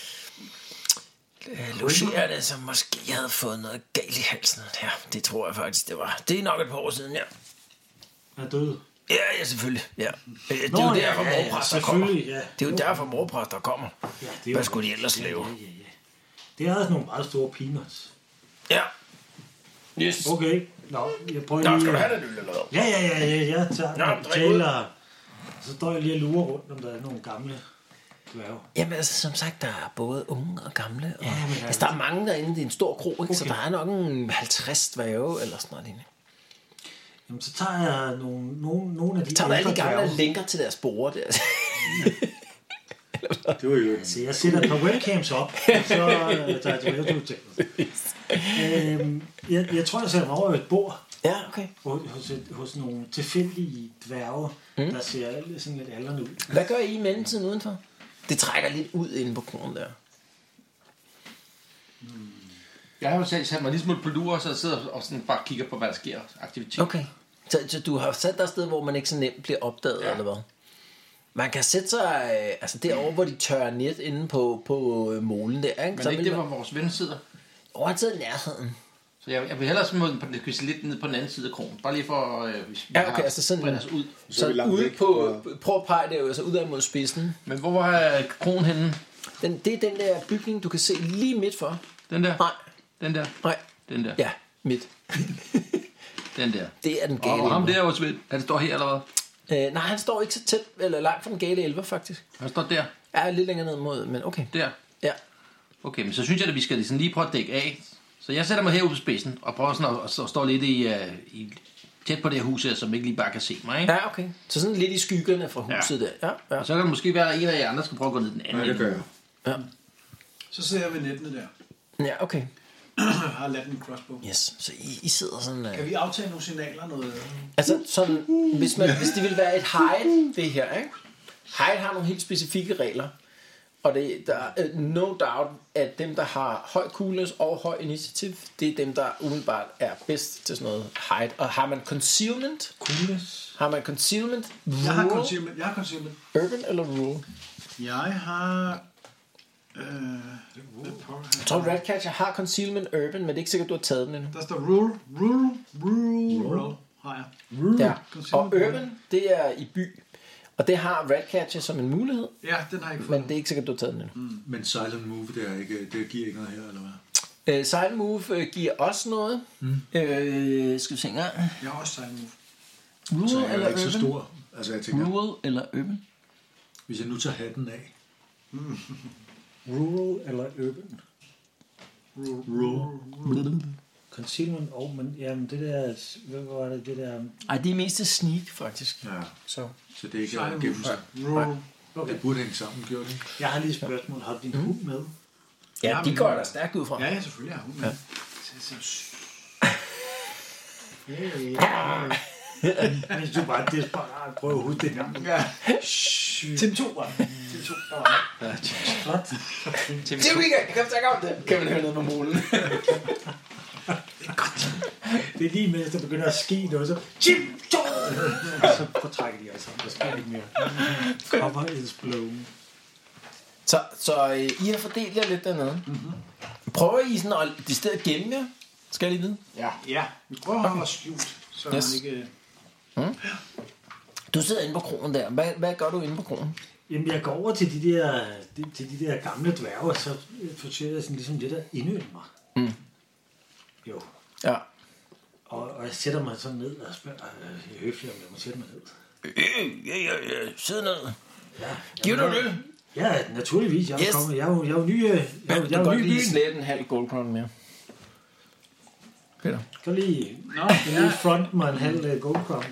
logerende, som måske havde fået noget galt i halsen. Ja, det tror jeg faktisk, det var. Det er nok et par år siden, ja. Er død? Ja, selvfølgelig. Ja. Det er jo derfor, morpræster kommer. Ja. Det er jo derfor, morpræster kommer. Ja, hvad skulle de ellers lave? Ja. Det er altså nogle meget store peanuts. Ja. Yes. Okay. Nå, jeg prøver lige... Nå, skal du have det, eller hvad? Ja. Jeg tager en taler. Så står jeg lige og lurer rundt, om der er nogle gamle dværge. Jamen altså, som sagt, der er både unge og gamle. Og, altså, der er mange derinde. Det er en stor kro, ikke? Okay. Så der er nok en 50 dværge, eller sådan noget. Jamen, så tager jeg nogle af de... Tager du alle de gamle linker til deres spore der? Det var jo... Så jeg sætter et par webcams op, og så tager jeg tilbage til jeg tror, jeg sætter mig over et bord. Ja, okay. Hos nogle tilfældige dværge, der ser sådan lidt aldrende ud. Hvad gør I i mellemtiden udenfor? Det trækker lidt ud inde på kronen der. Jeg har jo selv sat mig lige smule på lur, så jeg sidder og sådan bare kigger på, hvad der sker aktivitet. Okay. Så du har sat dig et sted, hvor man ikke så nemt bliver opdaget, eller hvad? Man kan sætte sig altså derovre, hvor de tørrer net inde på molen der, ikke? Men så ikke det, hvor vores ven sidder? Han sidder i nærheden. Så jeg vil hellere smide lidt ned på den anden side af krogen. Bare lige for, hvis vi okay, altså sådan os ud. Så ude på, prøv at pege der, så ud mod spidsen. Men hvor er krogen henne? Det er den der bygning, du kan se lige midt for. Den der? Nej. Den der? Nej. Den der? Ja, midt. Den der? Det er den gale. Og ham der er jo smidt. Er det står her, eller hvad? Nej, han står ikke så tæt, eller langt fra den gale 11, faktisk. Han står der. Ja, lidt længere ned mod, men okay. Der. Ja. Okay, men så synes jeg, at vi skal sådan lige prøve at dække af. Så jeg sætter mig herude på spidsen, og prøver sådan at stå lidt i tæt på det her hus her, som ikke lige bare kan se mig, ikke? Ja, okay. Så sådan lidt i skyggerne fra huset der. Ja. Og så kan det måske være, at en af jer andre skal prøve at gå ned den anden. Ja, det gør jeg. Ja. Så sidder jeg ved nettene der. Ja, okay. Jeg har ladt min crossbow. Yes, så I sidder sådan... Kan vi aftale nogle signaler? Noget? Altså, sådan, hvis det vil være et hide, det her, ikke? Hide har nogle helt specifikke regler. Og der er no doubt, at dem, der har høj coolness og høj initiativ, det er dem, der umiddelbart er bedst til sådan noget hide. Og har man concealment? Coolness. Har man concealment? Jeg har concealment. Urban eller rural? Jeg har... Jeg tror, Ratcatcher har concealment urban, men det er ikke sikkert, du har taget den endnu. Der står rural har jeg. Ja. Og urban, det er i by. Og det har Ratcatcher som en mulighed. Ja, den har jeg ikke fået. Men det er ikke sikkert, du har taget den endnu. Men Silent Move, det giver ikke noget her, eller hvad? Silent Move giver også noget. Skal vi se engang. Jeg har også Silent Move. Så Rural jeg eller er ikke så urban? stor. Altså, jeg tænker, Rural eller urban? hvis jeg nu tager hatten af. Rural eller urban? Rural. Concealment men jamen det der, hvad var det der... Ej, det er mest til sneak, faktisk. Ja, Så. så det er ikke at gemme sig. Rural. Okay. Det burde hænge sammen, gjorde det? Jeg har lige et spørgsmål. Har du din hund med? Ja, de går der stærkt ud fra. Ja, selvfølgelig har hun med. Hvis du bare desperat prøver at huske det gang. Ja. Tim 2 var det. Flot. Det er weekend, jeg kan snakke om det. Kan man høre noget på molen? Det er lige mens der begynder at ske noget, så Tim 2! Og så fortrækker de altså. Der sker ikke mere. Cover is blown. Så I har fordelt jer lidt dernede. Prøver I sådan at det sted at gemme jer? Skal jeg lige vide? Ja, vi prøver at holde os skjult, så Yes. han ikke... Du sidder inde på kronen der. Hvad gør du inde på kronen? Jamen jeg går over til de der gamle dværge, og så forsøger jeg sådan ligesom det der indøde mig. Jo. Ja. Og jeg sætter mig sådan ned og spørger høfligt, om jeg må sætte mig ned. Ja. Sid ned. Ja. Giv du det? Ja, naturligvis. Jeg er Yes. kommet. Jeg er jo ny. Jeg Du er kan jo godt ny i lige byen. slæbe en halv gold crown mere. Peter. Kan lige front mig en halv gold crown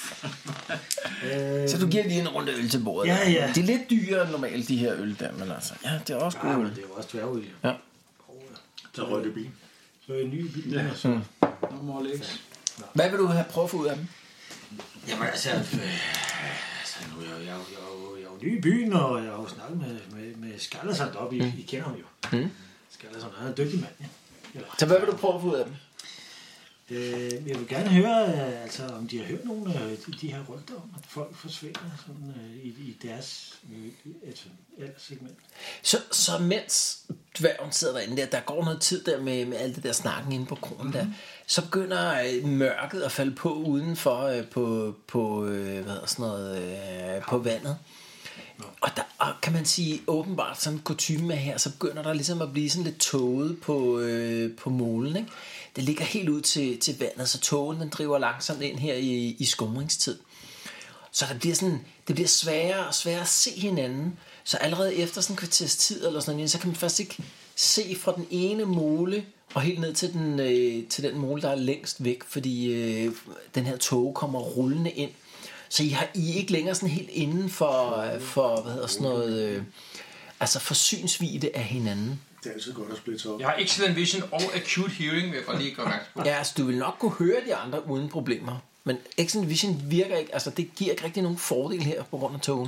der. Så du giver lige en runde øl til bordet. Ja, ja. Det er lidt dyrere end normalt, de her øl der, men altså, ja, det er også Ja, gode men øl. det er jo også dværgeøl. Ja. Så røg det bil. Så er jeg ny i byen. Ja. Og så. No more legs. Hvad vil du have prøvet at få ud af dem? Jamen altså nu er jeg jo ny i byen, og jeg har jo snakket med Skallerson deroppe. I kender ham jo. Skallerson, han er en dygtig mand. Ja. Eller, Så hvad vil du prøve at få ud af dem? jeg vil gerne høre, altså, om de har hørt nogle af de her rygter om, at folk forsvinder sådan, i deres segment. Så mens dværgen sidder derinde der går noget tid der med alt det der snakken inde på kronen der, så begynder mørket at falde på udenfor på hvad hedder sådan noget, på vandet. Og kan man sige, åbenbart sådan kutyme her, så begynder der ligesom at blive sådan lidt tåget på målen, ikke? Det ligger helt ud til vandet, så tågen den driver langsomt ind her i skumringstid. Så det bliver sværere og sværere at se hinanden. Så allerede efter sådan en kvarters tid eller sådan noget, så kan man først ikke se fra den ene mole og helt ned til den mole, der er længst væk, fordi den her tåge kommer rullende ind. Så I er ikke længere sådan helt inden for hvad hedder sådan noget, altså forsynsvide af hinanden. Det er altid godt at splitte op. Jeg har excellent vision og acute hearing, vil jeg godt lige gøre mærke på. Ja, altså du vil nok kunne høre de andre uden problemer. Men excellent vision virker ikke, altså det giver ikke rigtig nogen fordel her på grund af togen.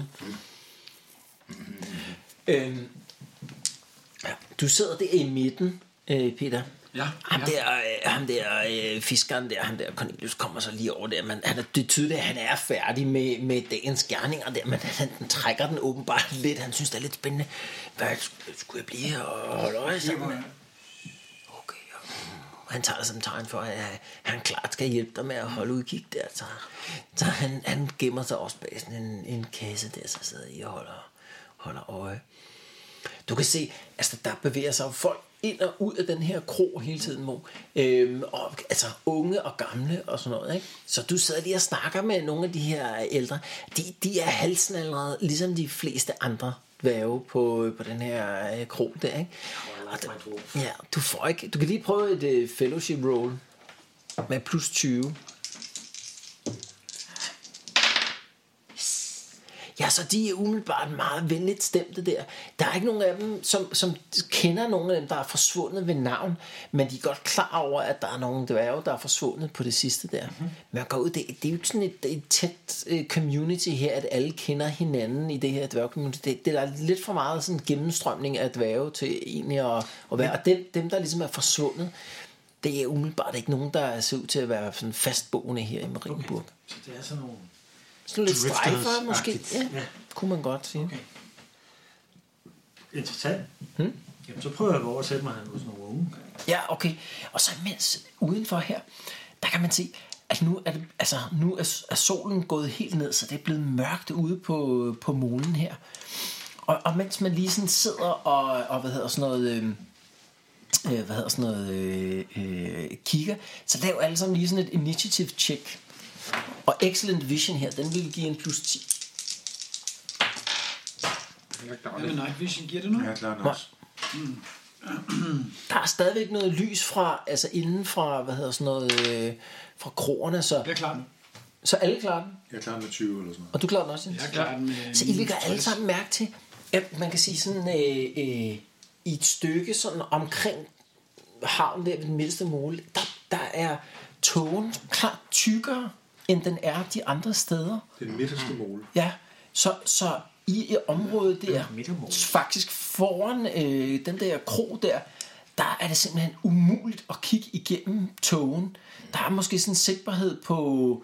Du sidder der i midten, Peter. Ja. Ham der fiskeren der, ham der Cornelius kommer så lige over der, men det er tydeligt, at han er færdig med dagens gerninger der, men han trækker den åbenbart lidt. Han synes, det er lidt spændende. Hvad skulle jeg blive og holde øje sammen? Okay, han tager det som tegn for, at han klart skal hjælpe dig med at holde udkig der. Så han gemmer sig også bag sådan en kasse der, så sidder I og holder øje. Du kan se, altså der bevæger sig folk ind og ud af den her kro hele tiden, Mo. Og, altså unge og gamle og sådan noget, ikke? Så du sidder lige og snakker med nogle af de her ældre. De er halsnaldrede, ligesom de fleste andre dværge på den her kro der, ikke? Ja, du får ikke. Du kan lige prøve et fellowship roll med plus 20. Ja, så de er umiddelbart meget venligt stemte der. Der er ikke nogen af dem, som kender nogen af dem, der er forsvundet ved navn, men de er godt klar over, at der er nogle dværge, der er forsvundet på det sidste der. Men man går ud, det er jo ikke sådan et tæt community her, at alle kender hinanden i det her dværge-community. Det er lidt for meget sådan en gennemstrømning af dværge til egentlig at være. Og dem, der ligesom er forsvundet, det er umiddelbart ikke nogen, der ser ud til at være sådan fastboende her i Marienburg. Okay. Så det er sådan nogle... Sådan lidt strejfer måske. Ja, kunne man godt sige. Okay. Interessant. Jamen, så prøver jeg at gå over og sætte mig hos nogle unge. Ja, okay. Og så mens udenfor her, der kan man se, at nu er solen gået helt ned, så det er blevet mørkt ude på molen her. Og mens man lige sådan sidder og kigger, så lav alle sammen lige sådan et initiative check. Og excellent vision her, den vil give en plus 10. Hvad med night vision giver det nu? Ja, klart nok. Der er stadigvæk noget lys fra, altså inden fra, fra kroerne, så... Jeg er klar. Så alle klarer den? Jeg er klar med 20 eller sådan noget. Og du klarer den også? Jeg er klar med... Så I lægger alle sammen mærke til, at man kan sige sådan, i et stykke sådan omkring havnen der ved den midterste mål, der er tågen klart tykkere, end den er de andre steder. Den midterste mål. Ja, så i området der, faktisk foran den der kro der er det simpelthen umuligt at kigge igennem tågen. Der er måske sådan en sigtbarhed på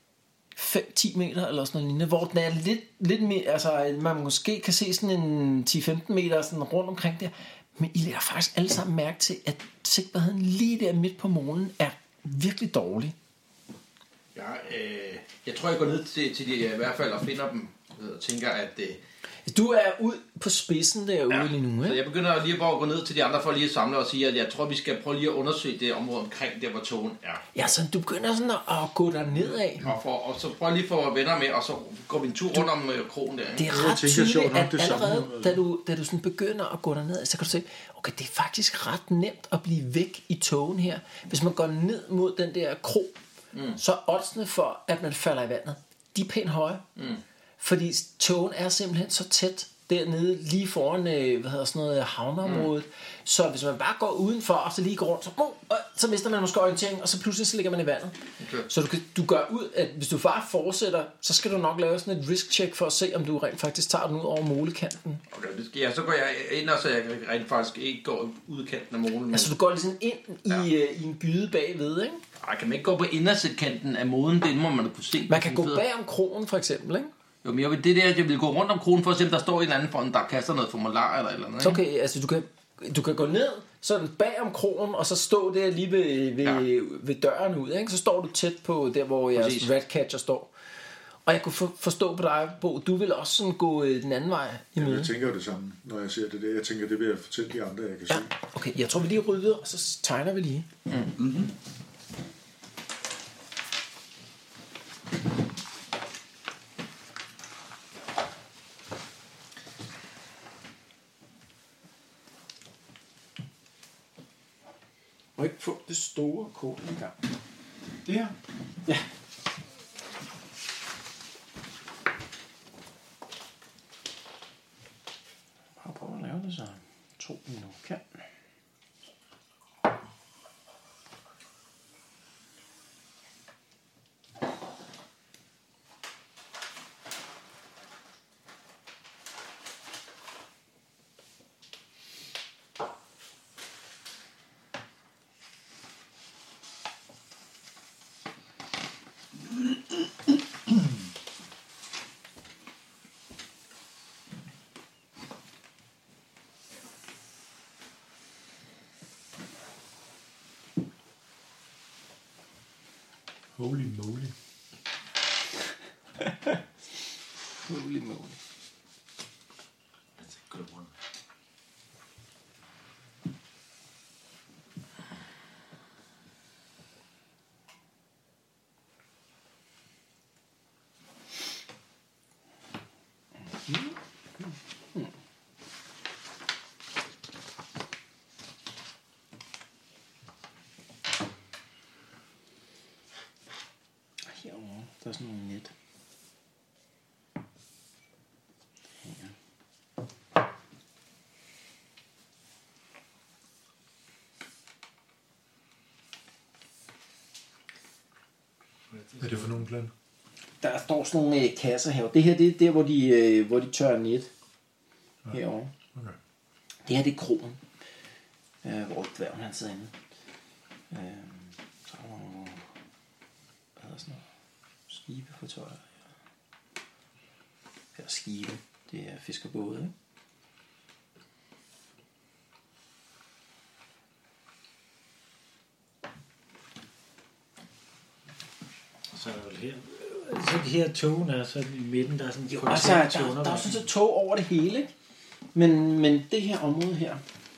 5-10 meter eller sådan noget lignende, hvor den er lidt mere, altså man måske kan se sådan en 10-15 meter sådan rundt omkring der, men I lægger faktisk alle sammen mærke til, at sigtbarheden lige der midt på målen er virkelig dårlig. Ja, jeg tror, jeg går ned til de i hvert fald og finder dem, og tænker, at... Du er ude på spidsen derude lige nu, ikke? Så jeg begynder lige at gå ned til de andre for lige at samle og sige, at jeg tror, vi skal prøve lige at undersøge det område omkring der, hvor tågen er. Ja, så du begynder sådan at gå der nedad. Og så prøver lige for venner med, og så går vi en tur rundt om krogen der. Det er ret tydeligt, at allerede da du sådan begynder at gå derned, så kan du se, okay, det er faktisk ret nemt at blive væk i tågen her. Hvis man går ned mod den der kro, så er oddsene for, at man falder i vandet, de er pænt høje. Fordi tågen er simpelthen så tæt dernede, lige foran havneområdet. Så hvis man bare går udenfor, og så lige går rundt, så mister man måske orientering, og så pludselig så ligger man i vandet. Okay. Så du gør ud, at hvis du bare fortsætter, så skal du nok lave sådan et risk check for at se, om du rent faktisk tager den ud over molekanten. Okay, det skal jeg. Så går jeg ind, og så jeg rent faktisk ikke går ud i kanten af molen. Altså du går ligesom ind i en gyde bagved, ikke? Ej, kan man ikke gå på indersætkanten af moden? Det må man da kunne se. Man kan gå bag om krogen for eksempel, ikke? Jo, men jeg vil gå rundt om kronen for at se, om der står en eller anden foran, der kaster noget formular eller eller andet. Okay, altså du kan gå ned sådan bag om krogen, og så stå der lige ved døren ud, ikke? Så står du tæt på der, hvor jeres ratcatcher står. Og jeg kunne forstå på dig, Bo, du vil også sådan gå den anden vej i møde. Jeg tænker jo det samme, når jeg ser det der. Jeg tænker, det vil jeg fortælle de andre, jeg kan se. Okay, jeg tror vi lige rydder, og så tegner vi lige. Og ikke få det store kort i gang. Det her? Ja. Prøv at lave det så 2 minutter kan. Holy moly. Holy moly. That's a good one. Der er sådan nogle net. Hvad er det for nogle plan? Der står sådan nogle kasser her. Det her, det er der, hvor de tørrer net. Herovre. Okay. Det her, det er krogen. Hvor dværgen han sidder inde. Så er der nogle, hvad hedder sådan noget? Skibe på tøjet. Eller skibe. Det er fiskerbåde, ikke? Så er der her. Så de her togene er så i midten, der er sådan... Jo, altså, der er sådan set tog over det hele, ikke? Men det her område her...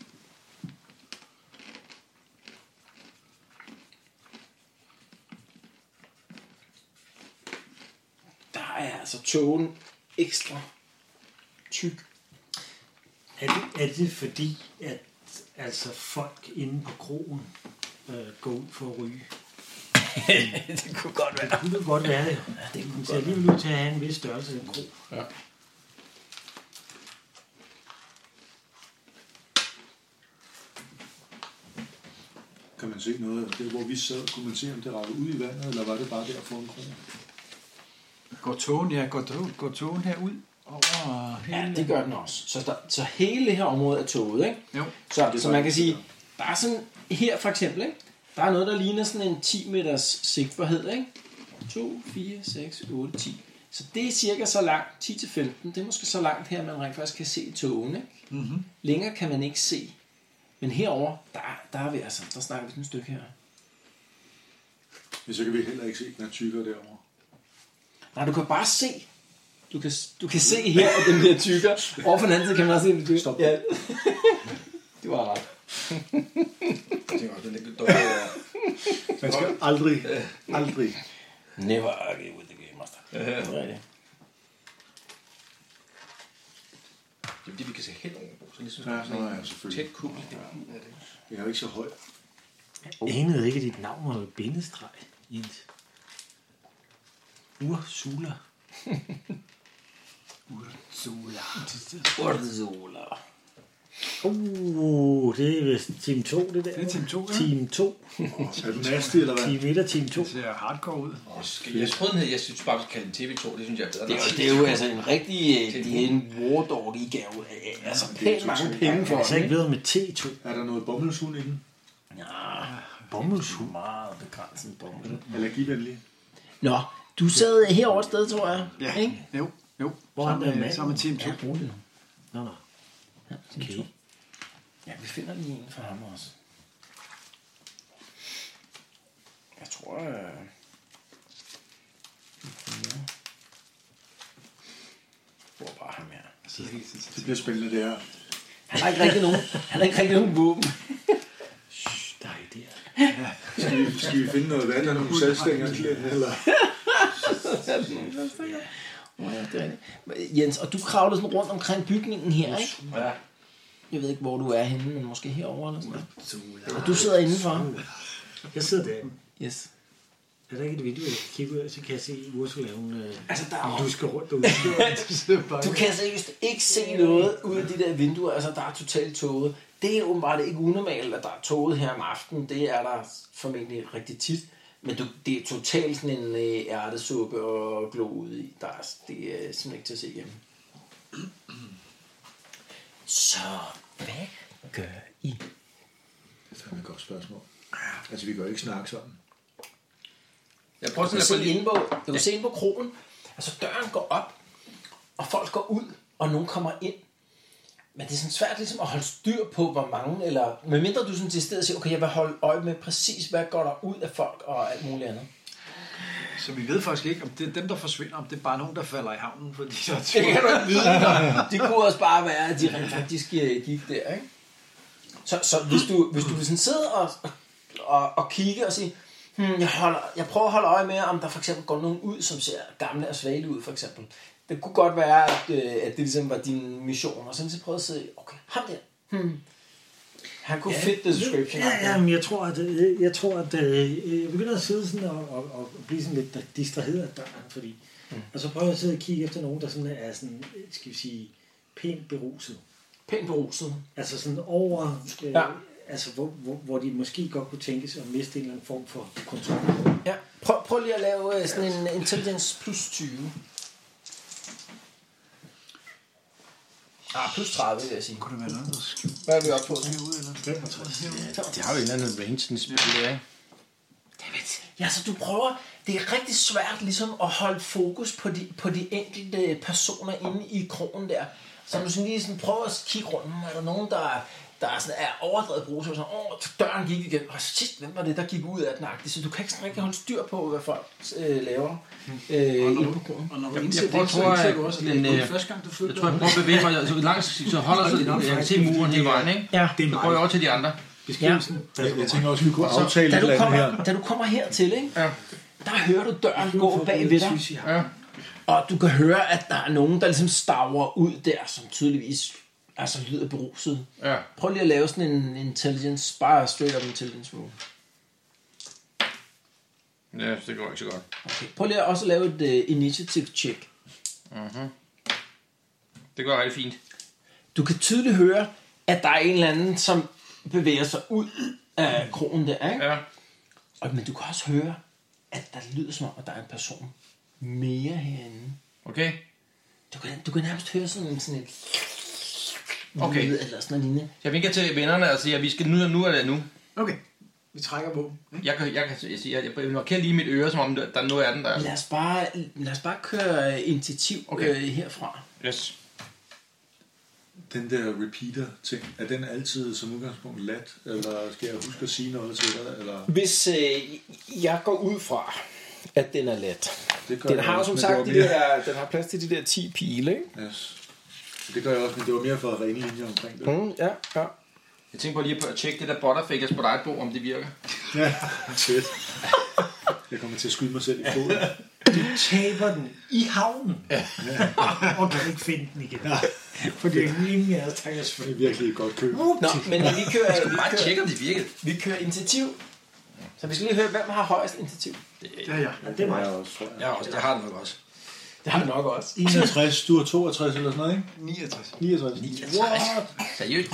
Der er altså togen ekstra tyk. Er det fordi, at altså folk inde på krogen går ud for at ryge? Det kunne godt være. Det kunne det godt være, jo. Ja, det kunne Så godt alligevel ud til at have en vis størrelse af en kro. Ja. Kan man se noget af det, hvor vi sad? Kunne man se, om det rakkede ud i vandet, eller var det bare der for en krone? Går togen her ud over hele... Ja, det gør den også. Så hele det her område er toget, ikke? Jo. Så man kan sige, der er sådan her for eksempel, ikke? Der er noget, der ligner sådan en 10 meters sigtbarhed, ikke? 2, 4, 6, 8, 10. Så det er cirka så langt, 10-15. Det er måske så langt her, man rent faktisk kan se togen, ikke? Mm-hmm. Længere kan man ikke se. Men herover der er vi altså, der snakker vi sådan et stykke her. Ja, så kan vi heller ikke se, den er tykkere derovre. Nej, du kan bare se. Du kan se her, at den bliver tykkere. Over for den anden side kan man også se, at den bliver Stop. Ja. Du har ret. Jeg tænker også, det er lidt dårligt. Man skal aldrig. Never argue with the game master. Det er rigtigt. Det er fordi, vi kan se hen over på, så ligesom Ja, sådan en selvfølgelig. tæt kugle. Ja, det. Jeg er jo ikke så høj. Jeg anede ikke, at dit navn var bindestreg, Jens. Ursula. Ursula. Det er vist team 2, det der. Det er team 2, ja. Team 2. Er du nasty, eller hvad? Team 1 og team 2. Det ser hardcore ud. Jeg troede, den hed, jeg synes bare, vi skal kalde den TV2. Det synes jeg er bedre. Det er jo altså en rigtig det er en War-Dog gave. Altså pænt mange penge for Jeg er ikke den. bedre med T2. Er der noget bomuldshund i den? Ja, Bomuldshund. meget begrænset bommel. Allergivenlig? Nå, du sad herovre et sted, tror jeg. Ja, Ikke? jo. Hvor er den mand? Sammen med team 2. Ja, roligt. Nå. Ja, Okay. Ja, vi finder lige en for ham også. Jeg tror... Hvor bare ham her. Det bliver spændende, det her. Han har ikke rigtig nogen våben. Der er idéer. Skal vi finde noget vand og nogle salgstænger til den, eller? Ja, det er rigtigt. Jens, og du kravlede sådan rundt omkring bygningen her, ikke? Ja. Jeg ved ikke, hvor du er henne, men måske herovre eller sådan noget. Og du sidder indenfor. Jeg sidder der. Yes. Er der ikke et vindue, jeg kan kigge ud af, så kan jeg se Ursula, hun... Altså, der er Du skal rundt derude. Du kan seriøst ikke se noget ud af de der vinduer. Altså, der er totalt tåget. Det er åbenbart ikke unormalt, at der er tåget her om aftenen. Det er der formentlig rigtig tit. Men det er totalt sådan en ærtesuppe og glo ud i. Det er simpelthen ikke til at se igennem. Så, hvad gør I? Det er et godt spørgsmål. Altså, vi kan jo ikke snakke sådan. Jeg prøver Du sådan kan se inde på krogen. Altså, døren går op, og folk går ud, og nogen kommer ind. Men det er sådan svært ligesom at holde styr på, hvor mange, eller medmindre du sådan til stedet siger, okay, jeg vil holde øje med præcis, hvad går der ud af folk og alt muligt andet. Så vi ved faktisk ikke, om det er dem, der forsvinder, om det er bare nogen, der falder i havnen, fordi der er Det kan du ikke vide. Det kunne også bare være, at de rent faktisk gik der, ikke? Så hvis du sådan sidder og kigger og siger, jeg prøver at holde øje med, om der for eksempel går nogen ud, som ser gamle og svage ud, for eksempel. Det kunne godt være, at det ligesom var din mission, og så prøvede at sige, okay, ham der, Han kunne fit the description. Ja, men jeg tror, at jeg begynder at sidde sådan og blive sådan lidt distraheret af døren, fordi... Og så prøver jeg at sidde og kigge efter nogen, der sådan er sådan, skal vi sige, pænt beruset. Pænt beruset. Altså sådan over... Altså, hvor de måske godt kunne tænke sig at miste en eller anden form for kontrol. Ja, prøv lige at lave sådan en intelligence plus 20. Plus 30, vil jeg sige. Kunne det være noget, der skjult? Hvad er vi oppe på? Det har jo en eller anden range, den spiller, ikke? Ja, så du prøver... Det er rigtig svært ligesom at holde fokus på de enkelte personer inde i krogen der. Så du sådan lige sådan prøver at kigge rundt. Er der nogen, der er overdrevet brugt? Døren gik igen. Shit, hvem var det, der gik ud af den agtigt? Så du kan ikke sådan rigtig holde styr på, hvad folk laver inde på krogen. Og når du indser det, så indser du også, at det er første gang, du føler det. Jeg tror, jeg prøver at bevæge mig. Så langt så holder så jeg kan se muren hele vejen, ikke? Ja. Så går jeg over til de andre. Beskrivelsen. Jeg tænker også, at vi kunne aftale et eller andet her. Da du kommer hertil, ikke? Ja. Der hører du døren gå bag ved dig. Ja. Og du kan høre, at der er nogen, der ligesom staver ud der, som tydeligvis lyder beruset. Ja. Prøv lige at lave sådan en intelligence, bare straight up intelligence roll. Ja, det går ikke så godt. Okay. Prøv lige at også lave et initiative check. Mm-hmm. Det går rigtig fint. Du kan tydeligt høre, at der er en eller anden, som bevæger sig ud af krogen der, ikke? Ja. Men du kan også høre, at der lyder som om, at der er en person mere herinde. Okay. Du kan nærmest høre sådan et okay. Lyd, eller sådan noget lignende. Jeg vinker til vennerne og siger, at vi skal nu er det nu. Okay. Vi trækker på. Jeg markerer lige mit øre, som om der nu er den der. Lad os bare køre initiativ herfra. Yes. Den der repeater-ting, er den altid som udgangspunkt lat? Eller skal jeg huske at sige noget til dig? Eller? Hvis jeg går ud fra, at den er let. Den har som sagt den har plads til de der 10 pile, ikke? Yes. Det gør jeg også, men det var mere for at rene linjer omkring det. Ja. Jeg tænker på lige på at tjekke det der butterfingers på dig bog, om det virker. Ja, fedt. Jeg kommer til at skyde mig selv i foden. Du taber den i havnen. Ja. Og kan ikke finde den igen. Ja. Fordi ingen af os tager os for. Det er virkelig et godt køb. Nå, men vi kører... Bare tjekke, om det virker. Vi kører initiativ. Så vi skal lige høre, hvem har højest initiativ. Ja. Det er mig. Jeg har det nok også. Det har vi nok også. 61, du har 62 eller sådan noget, ikke? 69. 69. What? Seriøst?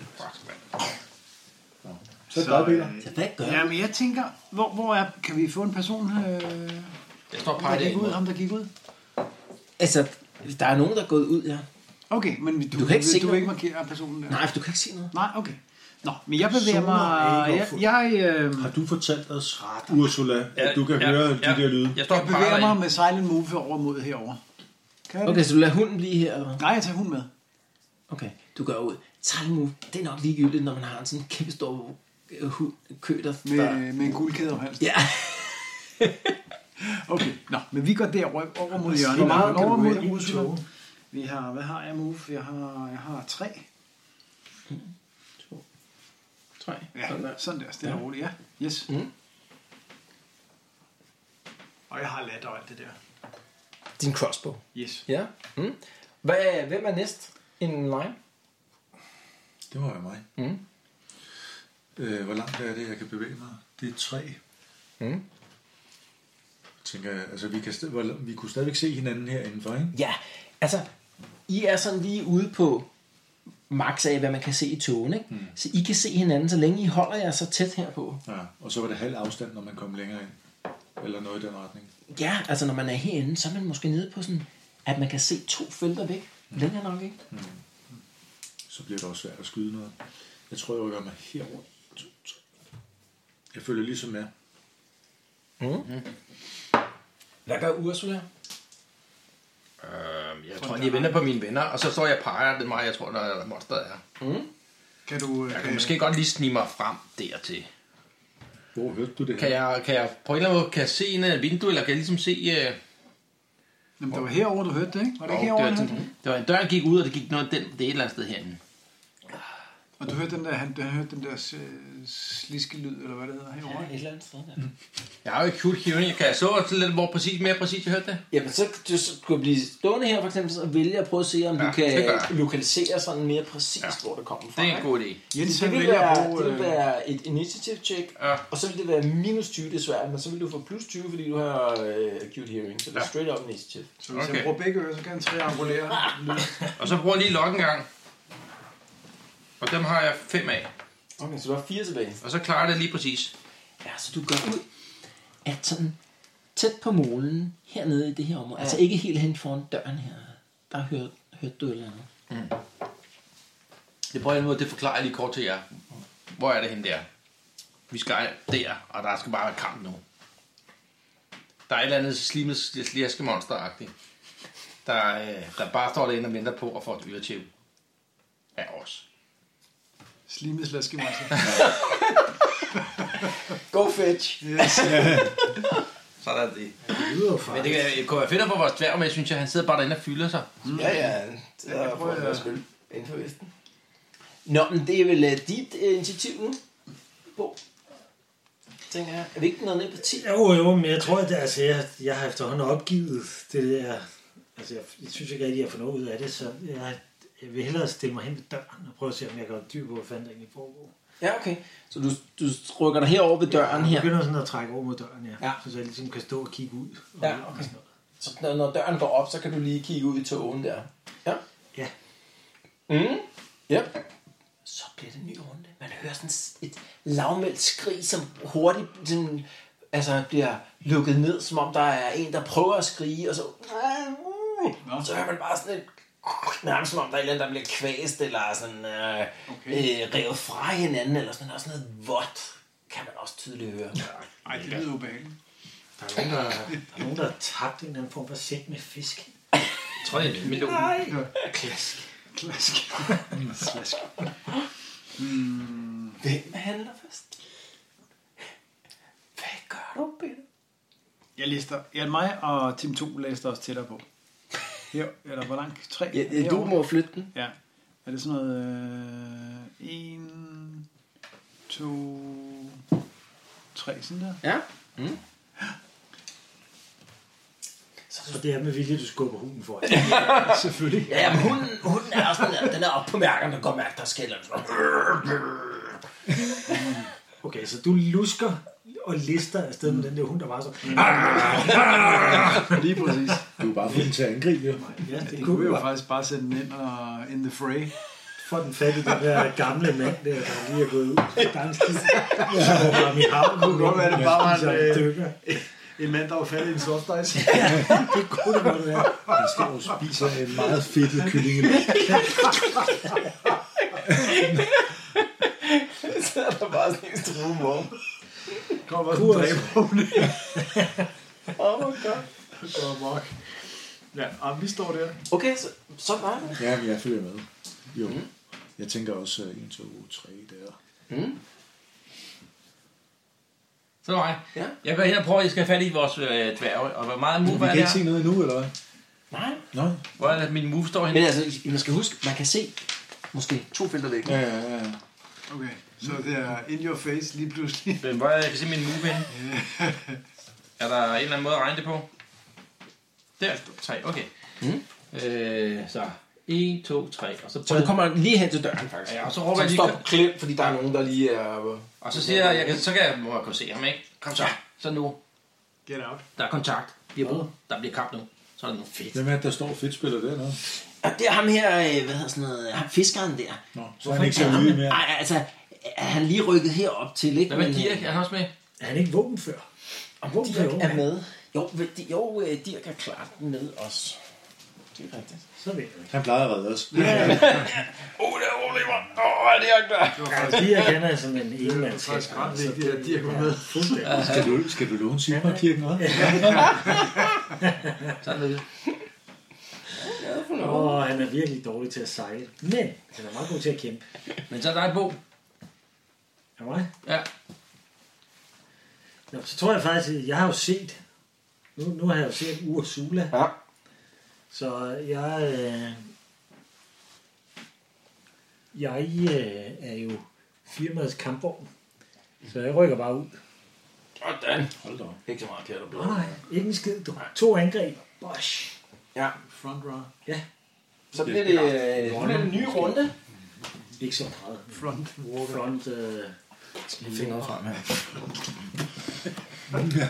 Så er det Peter. Så hvad gør Ja, men jeg tænker, hvor er... Kan vi få en person... Jeg står der gik ud, ham der gik ud? Altså, der er nogen, der er gået ud, ja. Okay, men du kan ikke se du vil ikke markere personen der? Nej, for du kan ikke se noget. Nej, okay. Nå, men jeg bevæger mig... Har du fortalt os, Ursula, at du kan høre de der lyde? Jeg bevæger mig med silent move over mod herover. Okay, så du lader hunden blive her, eller? Nej, jeg tager hunden med. Okay, du går ud. Silent move, det er nok ligegyldigt, når man har en sådan kæmpe stor køder. Med en guldkæde om halsen. Ja. Okay, nå, men vi går derover over mod hjørnet. Hvor meget kan over du mod vælge? Ursula. Vi har, hvad har jeg move? Jeg har 3. 3. Ja, sådan der, stille og roligt, ja. Yes. Og jeg har latter og alt det der. Din crossbow. Yes. Ja. Hvem er næst in line? Det var jo mig. Hvor langt er det, jeg kan bevæge mig? Det er 3. Tænker jeg, altså vi kunne stadigvæk se hinanden herindenfor, ikke? Ja, altså, I er sådan lige ude på max af, hvad man kan se i togen, ikke? Så I kan se hinanden, så længe I holder jer så tæt herpå. Ja, og så var det halv afstand, når man kom længere ind. Eller noget i den retning. Ja, altså når man er herinde, så er man måske nede på sådan, at man kan se 2 felter væk. Længere nok, ikke? Så bliver det også svært at skyde noget. Jeg tror, jeg rykker mig herover. Jeg følger ligesom med. Hvad gør Ursula? Jeg tror, jeg venter på mine venner, og så står jeg og peger, det er mig, jeg tror, der er monster er. Kan du... Jeg kan måske godt lige snige mig frem dertil. Hvor hørte du det? Kan jeg på en eller anden måde kan jeg se ind ad et vindue, eller kan jeg ligesom se... Jamen, det var herover du hørte det, ikke? Var det ikke herover, det var en dør, gik ud, og det gik noget det er et eller andet sted herinde. Og du hørte den der, han hørte den der sliske lyd, eller hvad det hedder, herovre? Ja, et eller andet sted der. Jeg har jo acute hearing. Kan jeg så lidt mere præcis jeg hørte det? Jamen, så skulle du blive stående her, for eksempel, og vælge at prøve at se, om du kan lokalisere sådan mere præcist, hvor det kommer fra. Det er en god idé. Jens, Det han vil, vælger at være, bruge... det vil være et initiative check, og så vil det være minus 20 desværre, men så vil du få plus 20, fordi du har acute hearing, så det er straight up initiative. Så hvis jeg bruger begge ører, så kan han triangulere. Og så bruger jeg lige log en gang. Og dem har jeg 5 af. Okay, så du har 4 tilbage. Og så klarer jeg det lige præcis. Ja, så du går ud, at sådan tæt på målen, hernede i det her område, altså ikke helt hen foran døren her, der hørte du et eller andet. Det prøver jeg nu, det forklarer jeg lige kort til jer. Hvor er det henne der? Vi skal der, og der skal bare være kamp nu. Der er et eller andet slimet slæskemonster-agtigt, der bare står derinde og venter på at få et ydertæv af os. Slimet slæskemonster. Go fetch! Yes. Så er det. Men Det kunne være fedt at få vores dværg med, synes jeg. Han sidder bare derinde og fylder sig. Ja, det er for at være spil inden for Vesten. Nå, men det er vel dit initiativ nu, Bo? Tænker jeg. Er vi ikke noget ned på 10? Jo, men jeg tror, at jeg har efterhånden opgivet det der. Altså, jeg synes ikke rigtig, at jeg får noget ud af det, så jeg vil hellere stille mig hen ved døren og prøve at se, om jeg kan holde dyr på, hvad fanden der egentlig foregår. Ja, okay. Så du rykker dig herover ved døren her? Jeg begynder sådan at trække over mod døren, Ja. Så jeg ligesom kan stå og kigge ud. Ja, okay. Så når døren går op, så kan du lige kigge ud i tågen der. Ja? Ja. Ja. Så bliver det en ny runde. Man hører sådan et lavmældt skrig, som hurtigt sådan, altså bliver lukket ned, som om der er en, der prøver at skrige, og så... Så hører man bare sådan et... Nærmest som om der er et eller andet, der bliver kvæst, eller sådan revet fra hinanden, eller sådan noget vådt, kan man også tydeligt høre. Ej, det lyder ubehageligt. Der er nogen, der har tabt en eller anden form for sæt med fisk. Jeg tror, det er en million. Nej. Klask. Slask. Hvem handler først? Hvad gør du, Peter? Mig og Team 2 læste os tættere på. Her, eller hvor langt? 3? Ja, du må flytte den. Ja. Er det sådan noget... 1, 2, 3, sådan der? Ja. Så det er med vilje, du skubber hunden for. Ja, selvfølgelig. Ja, men hunden er også sådan, den er oppe på mærkerne, der går mærke, der skælder. Okay, så du lusker og lister afsted med den der hund, der var så... Lige præcis. Du er bare fået den til at angribe, jo. Ja, Det kunne vi jo faktisk bare sætte den ind og in the fray. For den fat i den der gamle mand der lige er gået ud. Gangstid. Det kunne godt være, det bare var dykker. en mand, der var faldet i en soft ice. Det kunne det godt være. Han står og spiser en meget fedtet kylling. Så er der bare sådan en struemor. Kom bare sådan en dræberhunde. Oh my god. Det var mok. Ja, vi står der. Okay, så var det. Ja, men jeg følger med. Jo. Jeg tænker også 1, 2, 3 der. Så er det mig. Ja. Jeg går hen og prøver, at I skal have fat i vores dværge. Og hvor meget move Vi er kan det ikke se noget endnu, eller hvad? Nej. Nej. Hvor er det, min move står henne? Men altså, man skal huske, man kan se måske 2 felter væk. Ja. Okay, så det er in your face lige pludselig. Men hvor er det, jeg kan se min move henne? Er der en eller anden måde at regne det på? Der står 3, okay. Så 1, 2, 3. Og Så du kommer lige hen til døren, faktisk. Ja, og så råber så jeg lige... står på klem, fordi der er nogen, der lige er... Og så siger jeg, så kan jeg må jeg kunne se ham, ikke? Kom så. Så nu. Get out. Der er kontakt. Vi har brug. Der bliver kamp nu. Så er det nu. Fedt. Hvem er det, der står fedtspiller dernede? Og det er ham her, hvad hedder sådan noget, ham fiskeren der. Nå, så er han ikke så ude mere. Nej, altså, er han lige rykket herop til, ikke? Hvad med Dirk? Er han også med? Er han ikke våbenfører? Og Dirk er med. Jo, Dirk er klart med os. Det er rigtigt. Så ved jeg ikke. Han plejer at redde os. Det er problemer. Er det Dirk der? Dirk kender jeg som en enmands. Det er faktisk ret vigtigt, at Dirk var med. Fuldstændig. Skal du låne Sigmar-kirken også? Sådan er det. Han er virkelig dårlig til at sejle. Men han er meget god til at kæmpe. Men så er der et Bo. Er mig? Ja. Nå, så tror jeg faktisk, at jeg har jo set... Nu har jeg jo set Ursula. Ja. Så Jeg er jo firmaets kampvogn, så jeg rykker bare ud. Sådan. Hold da op. Ikke så meget pjat og blod. Nej, ikke en skid. 2 angreb. Bosh. Ja. Front row. Ja, Så bliver det en ny runde. ikke så meget. Front. Front. Skal lige finde noget frem her. Ja.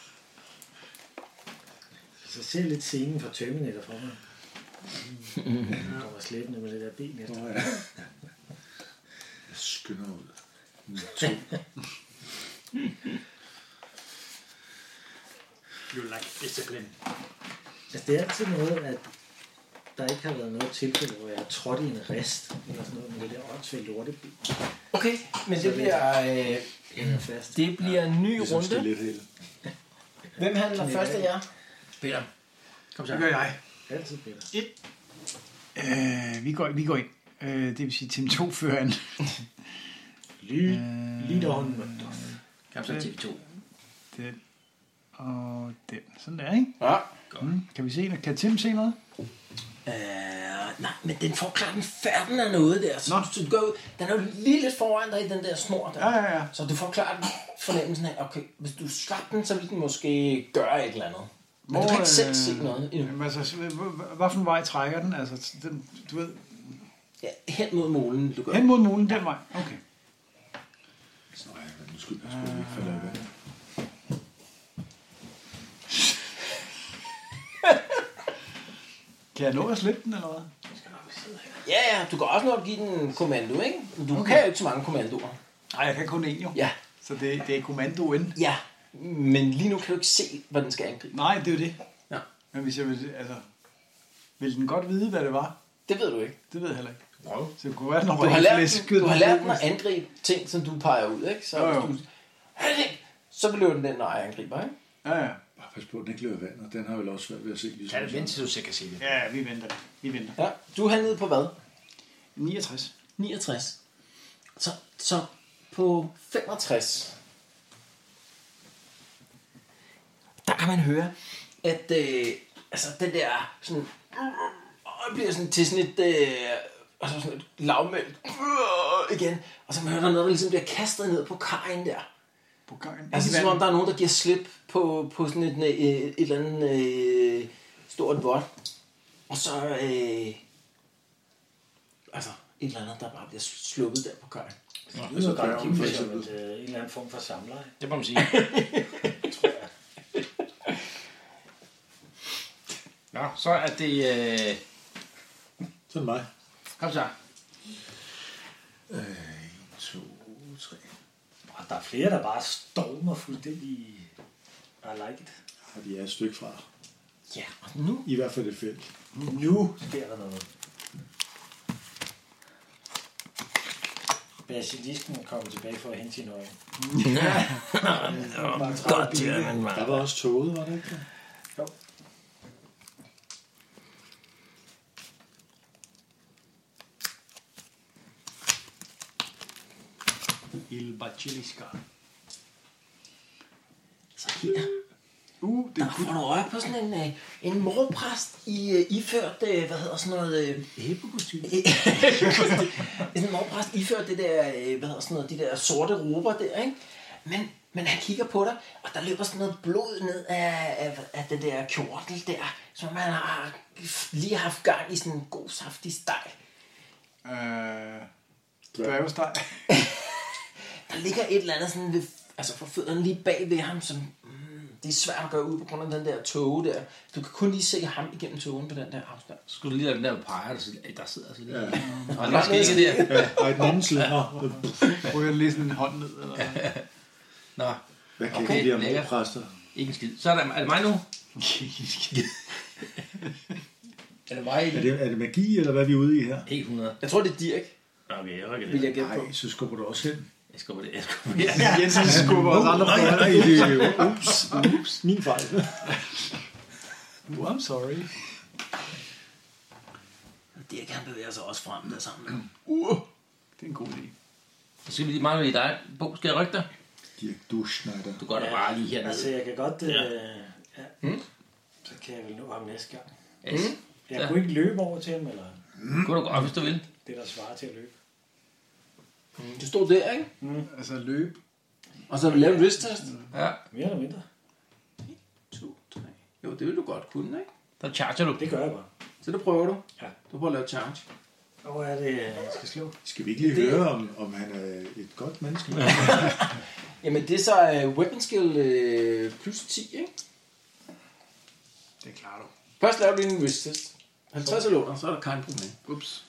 Så ser jeg lidt scenen fra Terminator for mig. Kommer slæbende med det der ben efter. Ja. Jeg skynder ud. 2. You like discipline. Altså, det er altid noget, at der ikke har været noget tilfælde, hvor jeg har trådt i en rest, eller sådan noget med det der åndssvagt lorteben. Okay, men det bliver, Fast. det bliver en ny Ligesom runde. skelethæle. Hvem handler først af jer? Peter, kom så. Det gør jeg. Altid bedre. Vi går ind. Det vil sige, Tim 2 fører an. Liderhånden. Kom så TV2. Den og den. Sådan der, ikke? Ja. Kan vi se noget? Kan Tim se noget? Nej, men den får klart en færden af noget der. Så du går ud. Den er jo lige lidt foran dig i den der snor der. Ja. Så du får klart fornemmelsen af, okay, hvis du slap den, så vil den måske gøre et eller andet. Men du kan ikke selv se noget endnu. Altså, hvad for en vej trækker den? Altså, den, du ved... Ja, hen mod målen, du gør. Hen mod målen, den vej. Okay. Nej, nu skal jeg ikke falde af vandet. Kan jeg nå at slippe den, eller hvad? Ja, du kan også nå at give den en kommando, ikke? Men du kan jo ikke så mange kommandoer. Nej, jeg kan kun én jo. Ja. Så det er kommandoen. Ja, men lige nu kan du ikke se, hvad den skal angribe. Nej, det er jo det. Ja. Men hvis jeg vil... Altså... Vil den godt vide, hvad det var? Det ved du ikke. Det ved jeg heller ikke. Prøv. Så det kunne være, når Du har lært den at angribe ting, som du peger ud, ikke? Så Jo. hvis du... Så beløber den når jeg angriber, ikke? Ja. Bare pas på, at den ikke løber vand, og den har vel også svært ved at se. Ligesom Kan det vente, til du selv kan se det? Ja, vi venter. Ja, du er nede på hvad? 69. 69. Så på 65, der kan man høre, at altså den der sådan, bliver sådan til sådan et, altså sådan et lavmældt igen, og så man hører der noget, der ligesom bliver kastet ned på kajen der. På gangen. Altså som om der er nogen, der giver slip på sådan et eller andet stort vådt. Og så altså et eller andet, der bare bliver sluppet der på kajen. Det er godt kigge som en eller anden form for samleje. Det må man sige. Tror jeg. Nå, så er det... Sådan mig. Kom så. 1, 2, 3. Og der er flere, der bare stormer fuldstændig. I like it. Og de er et stykke fra. Ja, og nu I hvert fald et felt. Nu sker der noget. Basilisken kommer tilbage for at hente sin øje. godt, ja, men Der var også toget, var det ikke? Jo. Il Baciliska. så her, Det der får du øje på sådan en morpræst iført, hvad hedder sådan noget... Hæbekostyme. Sådan en morpræst iført det der, hvad hedder sådan noget, de der sorte rober der, ikke? Men han kigger på dig, og der løber sådan noget blod ned af den der kjortel der, som man har lige haft gang i sådan en god saftig steg. Dværgesteg. Der ligger et eller andet sådan ved, altså for fødderne lige bag ved ham, som det er svært at gøre ud på grund af den der tåge der. Du kan kun lige se ham igennem tågen på den der afstand. Så skulle du lige have den der peger, der sidder altså lige. Ja. Og der skal ikke der. Ja, og i den anden side. Ryger lige sådan en hånd ned, eller Nå, Hvad kan Okay, de der lækkert. morpræster? ikke en skid. Så er det mig nu. Er det mig? Er det magi, eller hvad er vi ude i her? Ikke 100. Jeg tror, det er Dirk, Okay, jeg rykker vil det. jeg gætte på. Nej, så skubber du også hen. Jeg skubber det. Jensen skubber os andre Nej, nej, det er ups, min fejl. I'm sorry. Dirk, han bevæger sig også frem der sammen. Det er en god idé. Så skal vi lige mange i dig. Bo, skal jeg rykke dig? Dirk Duschneider. Du går da bare lige hernede. Altså, jeg kan godt... Så kan jeg vel nå ham næste gang. Yes. Jeg kunne ikke løbe over til ham, eller Kunne du godt, hvis du vil. det, der svarer til at løbe. Du stod der, ikke? Altså løb. Og så lave en wrist-test. Ja, Mere eller mindre. 2, 3. Jo, det vil du godt kunne, ikke? der charger du. Det gør jeg bare. Så det prøver du. Ja. Du prøver at lave charge. Hvor er det, jeg skal slå? Skal vi ikke lige høre, om han er et godt menneske? Jamen, det er så weapon skill plus 10, ikke? Det klarer du. Først laver du en wrist-test. 50 eller under, så er der kein problem. Ups.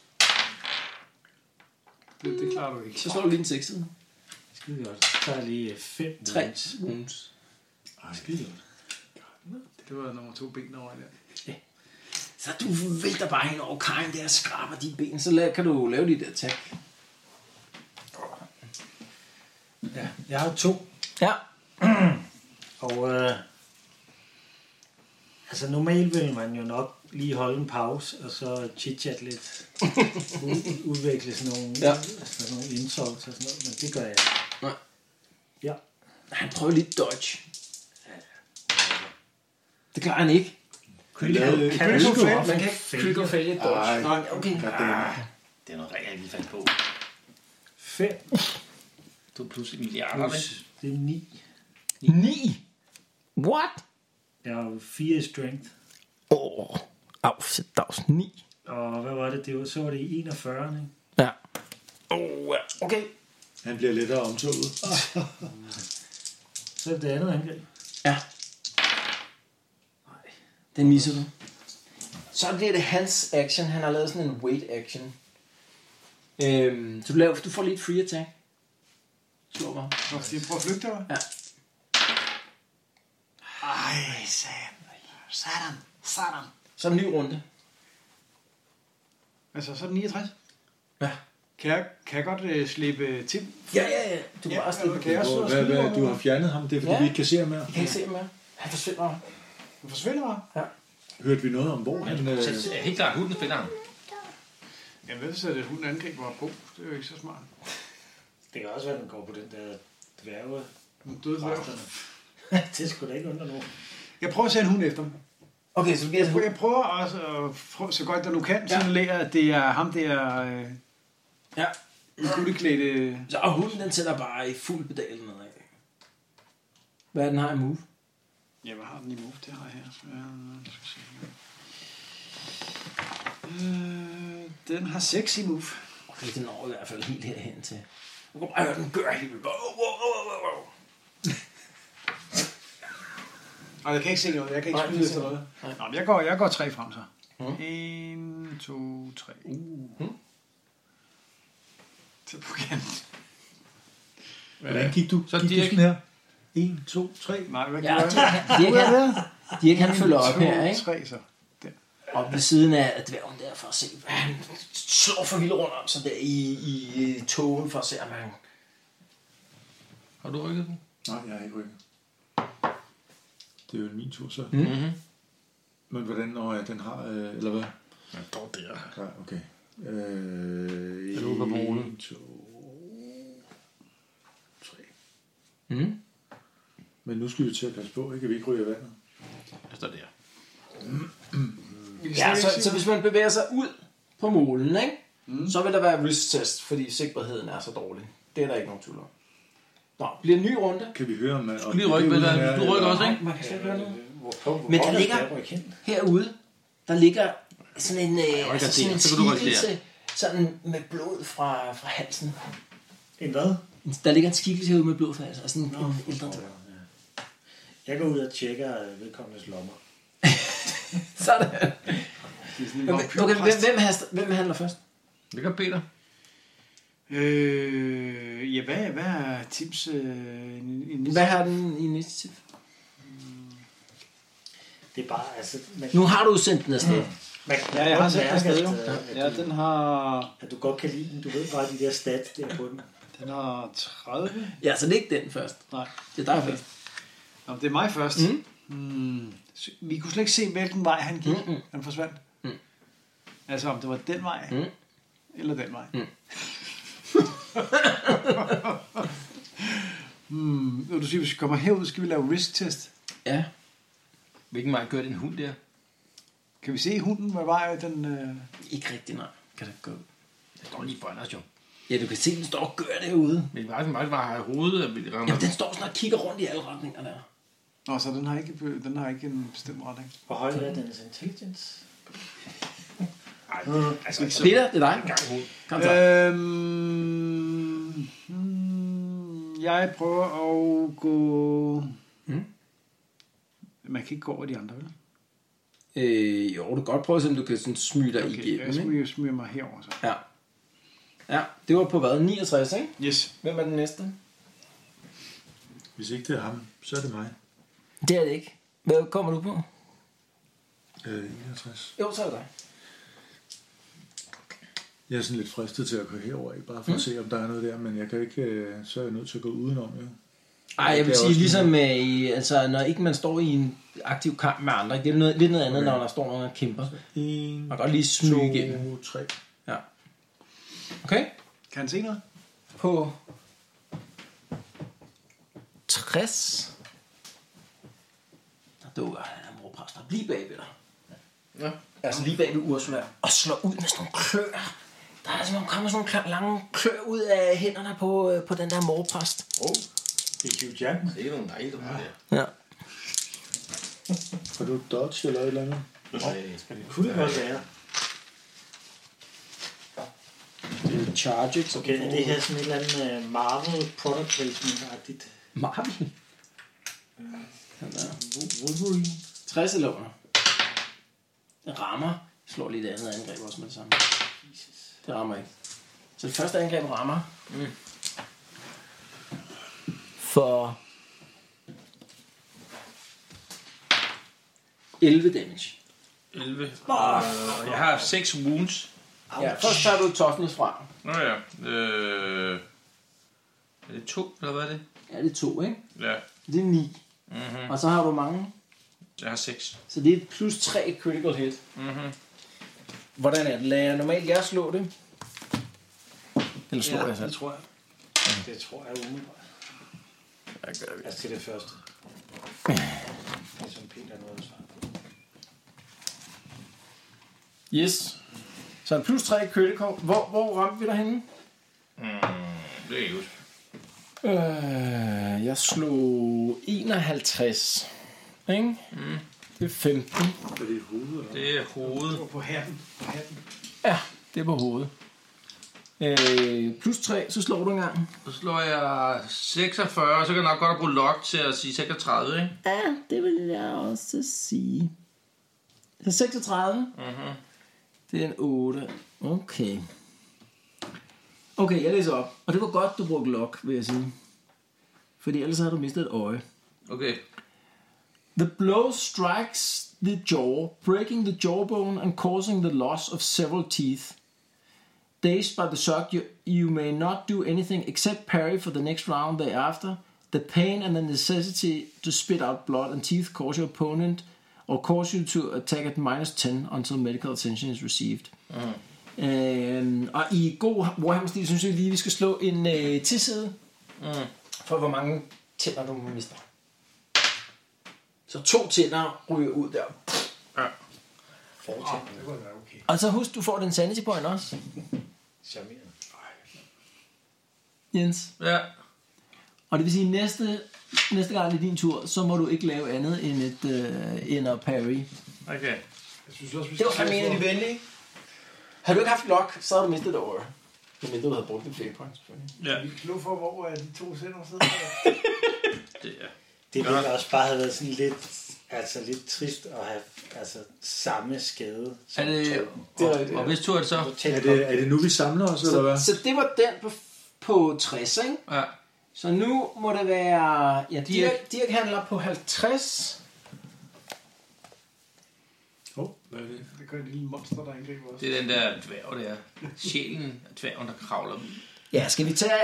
Det klarer du ikke. Så slår du lige en 6 side. Skide godt. Så tager jeg lige 5 3 wounds. Ej, skide godt. Det var nummer 2 ben over der. Så du vælter bare hen over kajen der og skraber de ben, så kan du lave dit attack. Ja, jeg har 2. Ja. Og altså normalt vil man jo nok lige holde en pause, og så chit-chat lidt. Udvikle sådan nogle insults og sådan noget, men det gør jeg ikke. Nej. Ja. Han prøver lidt dodge. Det klarer han ikke. Man kan ikke critical failure dodge. Nej, okay. Det er noget regel, jeg lige fandt på. 5 Du er pludselig milliarder, ikke? plus, det er 9. 9? What? Jeg har 4 i strength. Au, så dags 9. Og hvad var det? Så var det i 41, ikke? Ja. Okay. Han bliver lettere omtoget. Så er det andet angreb. Ja. Nej, den misser du. Så bliver det hans action. Han har lavet sådan en wait action. Så du får lige et free attack. Slå mig. Skal jeg prøve at flygte, eller? Ja. Ej, Satan. Så en ny runde. Altså, så er det 69. Ja. Kan jeg godt slippe til? Ja. Du kan bare slippe. Kan jeg så Hvad, du har fjernet ham, det er fordi vi ikke kan se ham mere. Jeg kan ikke se ham mere. Han forsvinder. Du forsvinder mig? Ja. Hørte vi noget om, hvor han... Så helt klart, hunden finder ham. Jeg ved så, at hunden angriber mig på. Det er jo ikke så smart. Det kan også være, at den går på den der dværge. Hun døde dværg. Det skulle da ikke undre nogen. Jeg prøver at sende hunden efter mig. Okay, så bliver det... Jeg prøver også så godt jeg nu kan signalere, at det er ham der... Ja. Guldeklædte... Så og hunden, den sætter bare i fuld pedal nedad. Hvad er den har i move? Ja, hvad har den i move? Det har jeg her. Skal se. Den har 6 i move. Okay, den når i hvert fald helt herhen til. Du kan bare høre den gør helt vildt. Og jeg kan ikke se noget. Jeg kan ikke Nej, skyde efter noget. Nej. Nå, men jeg går 3 frem så. 1, 2, 3. Til på kanten. Hvordan gik du? Så Gik du Dirk- sådan her? 1, 2, 3. Nej, hvad Ja, gjorde jeg? Dirk han følger op her, ikke? 3 så. Op ved siden af dværgen der, for at se, hvad han slår for vildt rundt om sig der i togen, for at se, om han... Har du rykket den? Nej, jeg har ikke rykket. Det er jo min tur så. Mm-hmm. Men hvordan når jeg den har, eller hvad? Ja, dog der. Ja, okay. Er du på målet? 1, 2, 3. Mm. Men nu skal vi til at passe på, ikke? At vi ikke ryger vandet. Der står der. Ja, så hvis man bevæger sig ud på målen, ikke? Så vil der være wrist test, fordi sikkerheden er så dårlig. Det er der ikke nogen tvivl om. Nå, bliver en ny runde. Kan vi høre, om... Du lige rykke med dig. Du rykker også, ikke? Man kan slet ikke høre noget. Men der ligger herude, der ligger sådan en, sådan en så kan du rykke der. skikkelse, sådan med blod fra halsen. En hvad? Der ligger en skikkelse herude med blod fra halsen, og sådan en ældre. Jeg går ud og tjekker vedkommendes lommer. Sådan. Okay, hvem handler først? Det gør Peter. Ja, hvad er Tims initiativ? Hvad har den i initiativ? Det er bare, altså... Nu har du sendt den afsted. Ja, jeg har sendt den afsted, jo. Ja, den har... At du godt kan lide den. Du ved bare de der stats der på den. Den har 30. Ja, så det er ikke den først. Nej. Det er dig først. Nå, det er mig først. Vi kunne slet ikke se, hvilken vej han gik. Han forsvandt. Altså, om det var den vej, eller den vej. Du siger, hvis vi kommer herud, skal vi lave wrist-test. Ja. Hvilken vej kører din hund der? Kan vi se hunden, hvad vej den... Ikke rigtig, nej. Kan det gå? Det står lige foran os jo. Ja, du kan se, den står og gør det herude. Men hvilken vej har jeg hovedet? Jamen, den står sådan og kigger rundt i alle retninger der. Nå, så den har ikke en bestemt retning. Hvor høj er dens intelligence? Altså, Peter, det er dig. Kom så. Jeg prøver at gå... Man kan ikke gå over de andre, vel? Jo, du kan godt prøve at se, om du kan sådan smyge dig igennem. Jeg smyger mig herover så. Ja. Ja, det var på hvad? 69, ikke? Yes. Hvem er den næste? Hvis ikke det er ham, så er det mig. Det er det ikke. Hvad kommer du på? 61. Jo, så er det dig. Jeg er sådan lidt fristet til at gå herover, ikke? Bare for at se, om der er noget der, men jeg kan ikke, så er jeg nødt til at gå udenom, jo. Ej, jeg vil sige, ligesom altså, når ikke man står i en aktiv kamp med andre, det er lidt noget andet, når der står nogen og kæmper. Man kan godt lige smyge igennem. 2, 3. Ja. Okay. Kan han se noget? På 60. Der dukker han af morpræster lige bagved dig. Ja. Altså lige bagved Ursula. Og slår ud med sådan nogle klør. Der er simpelthen kommet sådan nogle lange klør ud af hænderne på den der morpræst. Det er Hugh Jackman. Det er nogle dejlige, Ja. Har du dodge eller et eller andet? Det kunne det godt være. Det er charge. Okay, er det her sådan et eller andet Marvel product placement-agtigt? Marvel. Wolverine. 60 eller under. Den rammer. Slår lige det andet angreb også med det samme. Det rammer ikke. Så det første angreb rammer. For 11 damage. 11. Jeg har 6 wounds. Ja, først tager du toughness fra. Nå ja. Er det 2, eller hvad er det? Ja, det er 2, ikke? Ja. Det er 9. Mm-hmm. Og så har du mange. Jeg har 6. Så det er plus 3 critical hit. Mm-hmm. Hvordan er det? Lader jeg normalt jeg slå det? Eller slår jeg selv? det tror jeg. Det tror jeg umiddelbart. Altså til det første. Det er som Peter noget at svare på. Yes. Så en plus 3 critical. Hvor ramte vi derhenne? Det er just. Jeg slog 51. Ikke? Det er 15. Er det hovedet? Eller? Det er hovedet. Det var på hatten. Ja, det er på hovedet. Plus 3, så slår du en gang. Så slår jeg 46, så kan jeg nok godt bruge lock til at sige 36, ikke? Ja, det vil jeg også sige. Så 36. Det er en 8. Okay. Okay, jeg læser op. Og det var godt, du brugte lock, vil jeg sige. Fordi ellers havde du mistet et øje. Okay. The blow strikes the jaw, breaking the jawbone and causing the loss of several teeth. Dazed by the shock, you may not do anything except parry for the next round thereafter. The pain and the necessity to spit out blood and teeth cause your opponent or cause you to attack at -10 until medical attention is received. Og i god Warhammer-stil synes jeg lige, vi skal slå en tilside for hvor mange tænder du mister. Så 2 tænder ryger ud der. Ja. Det var da okay. Og så husk, du får den sanity point også. Charmerende. Jens. Ja. Og det vil sige, næste gang det er din tur, så må du ikke lave andet end at parry. Okay. Jeg synes også, vi Det var fandme en af de venlige. Har du ikke haft lock, så har du mistet det over. Men du havde brugt det flere point, selvfølgelig. Ja. Vi kan slå for, hvor er de 2 sender sidder. Det er. Det ville også bare have været sådan lidt trist at have samme skade. Er det, og hvis tur er det så? Er det nu, vi samler os, eller hvad? Så det var den på 60, ikke? Ja. Så nu må det være... Ja, Dirk handler på 50. Hvad er det? Det gør en lille monster, der angriber os. Det er den der dværg der. Sjælen af dværgen, der kravler. Ja, skal vi tage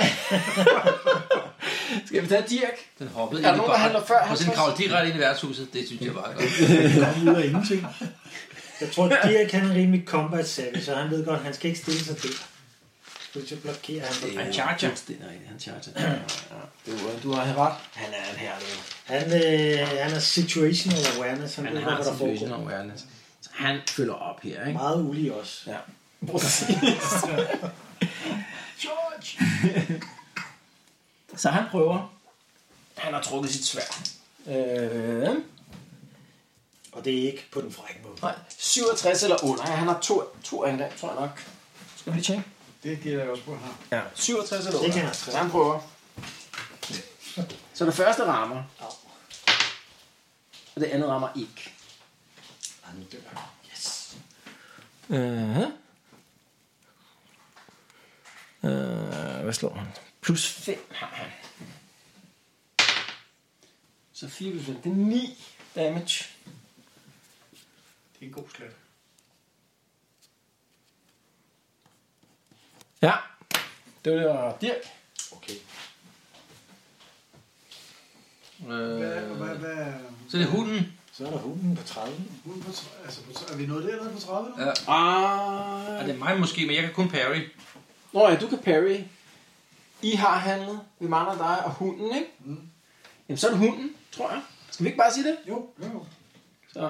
Dirk? Den hoppede Er der nogen, der handler før og den kravlede direkte ind i værtshuset. Det synes jeg var godt. Kom ud af ingenting. Jeg tror, at Dirk han er rimelig combat savvy, så han ved godt, at han skal ikke stille sig der. Skal du blokere ham? Han charger. Han charger. Du har ret. Han er en herlig. Han er situational awareness. Han ved, hvad der situational foregår. awareness. Så han følger op her, ikke? Meget ulig også. Ja. Præcis. dodge. Så han prøver. Han har trukket sit sværd. Og det er ikke på den frække måde. Nej, 67 eller under. Ja, han har to angreb, tror jeg nok. Skal vi lige tjekke? Det giver jeg også på her. Ja, 67 eller Det under. kan jeg. Så han prøver. Så det første rammer. Og det andet rammer ikke. Han dør. Yes. Hvad slår han? Plus 5 har han. Så 4 plus 5. Det er 9 damage. Det er en god slat. Ja. Det var Dirk. Okay. Hvad? Så det er hunden. Så er der hunden på 30. Hunden på, altså er vi nået dernede på 30 nu? Ja. Ah. Det er mig måske, men jeg kan kun parry. Nå ja, du kan parry. I har handlet. Vi mangler dig og hunden, ikke? Mm. Jamen, så er det hunden, tror jeg. Skal vi ikke bare sige det? Jo. Så.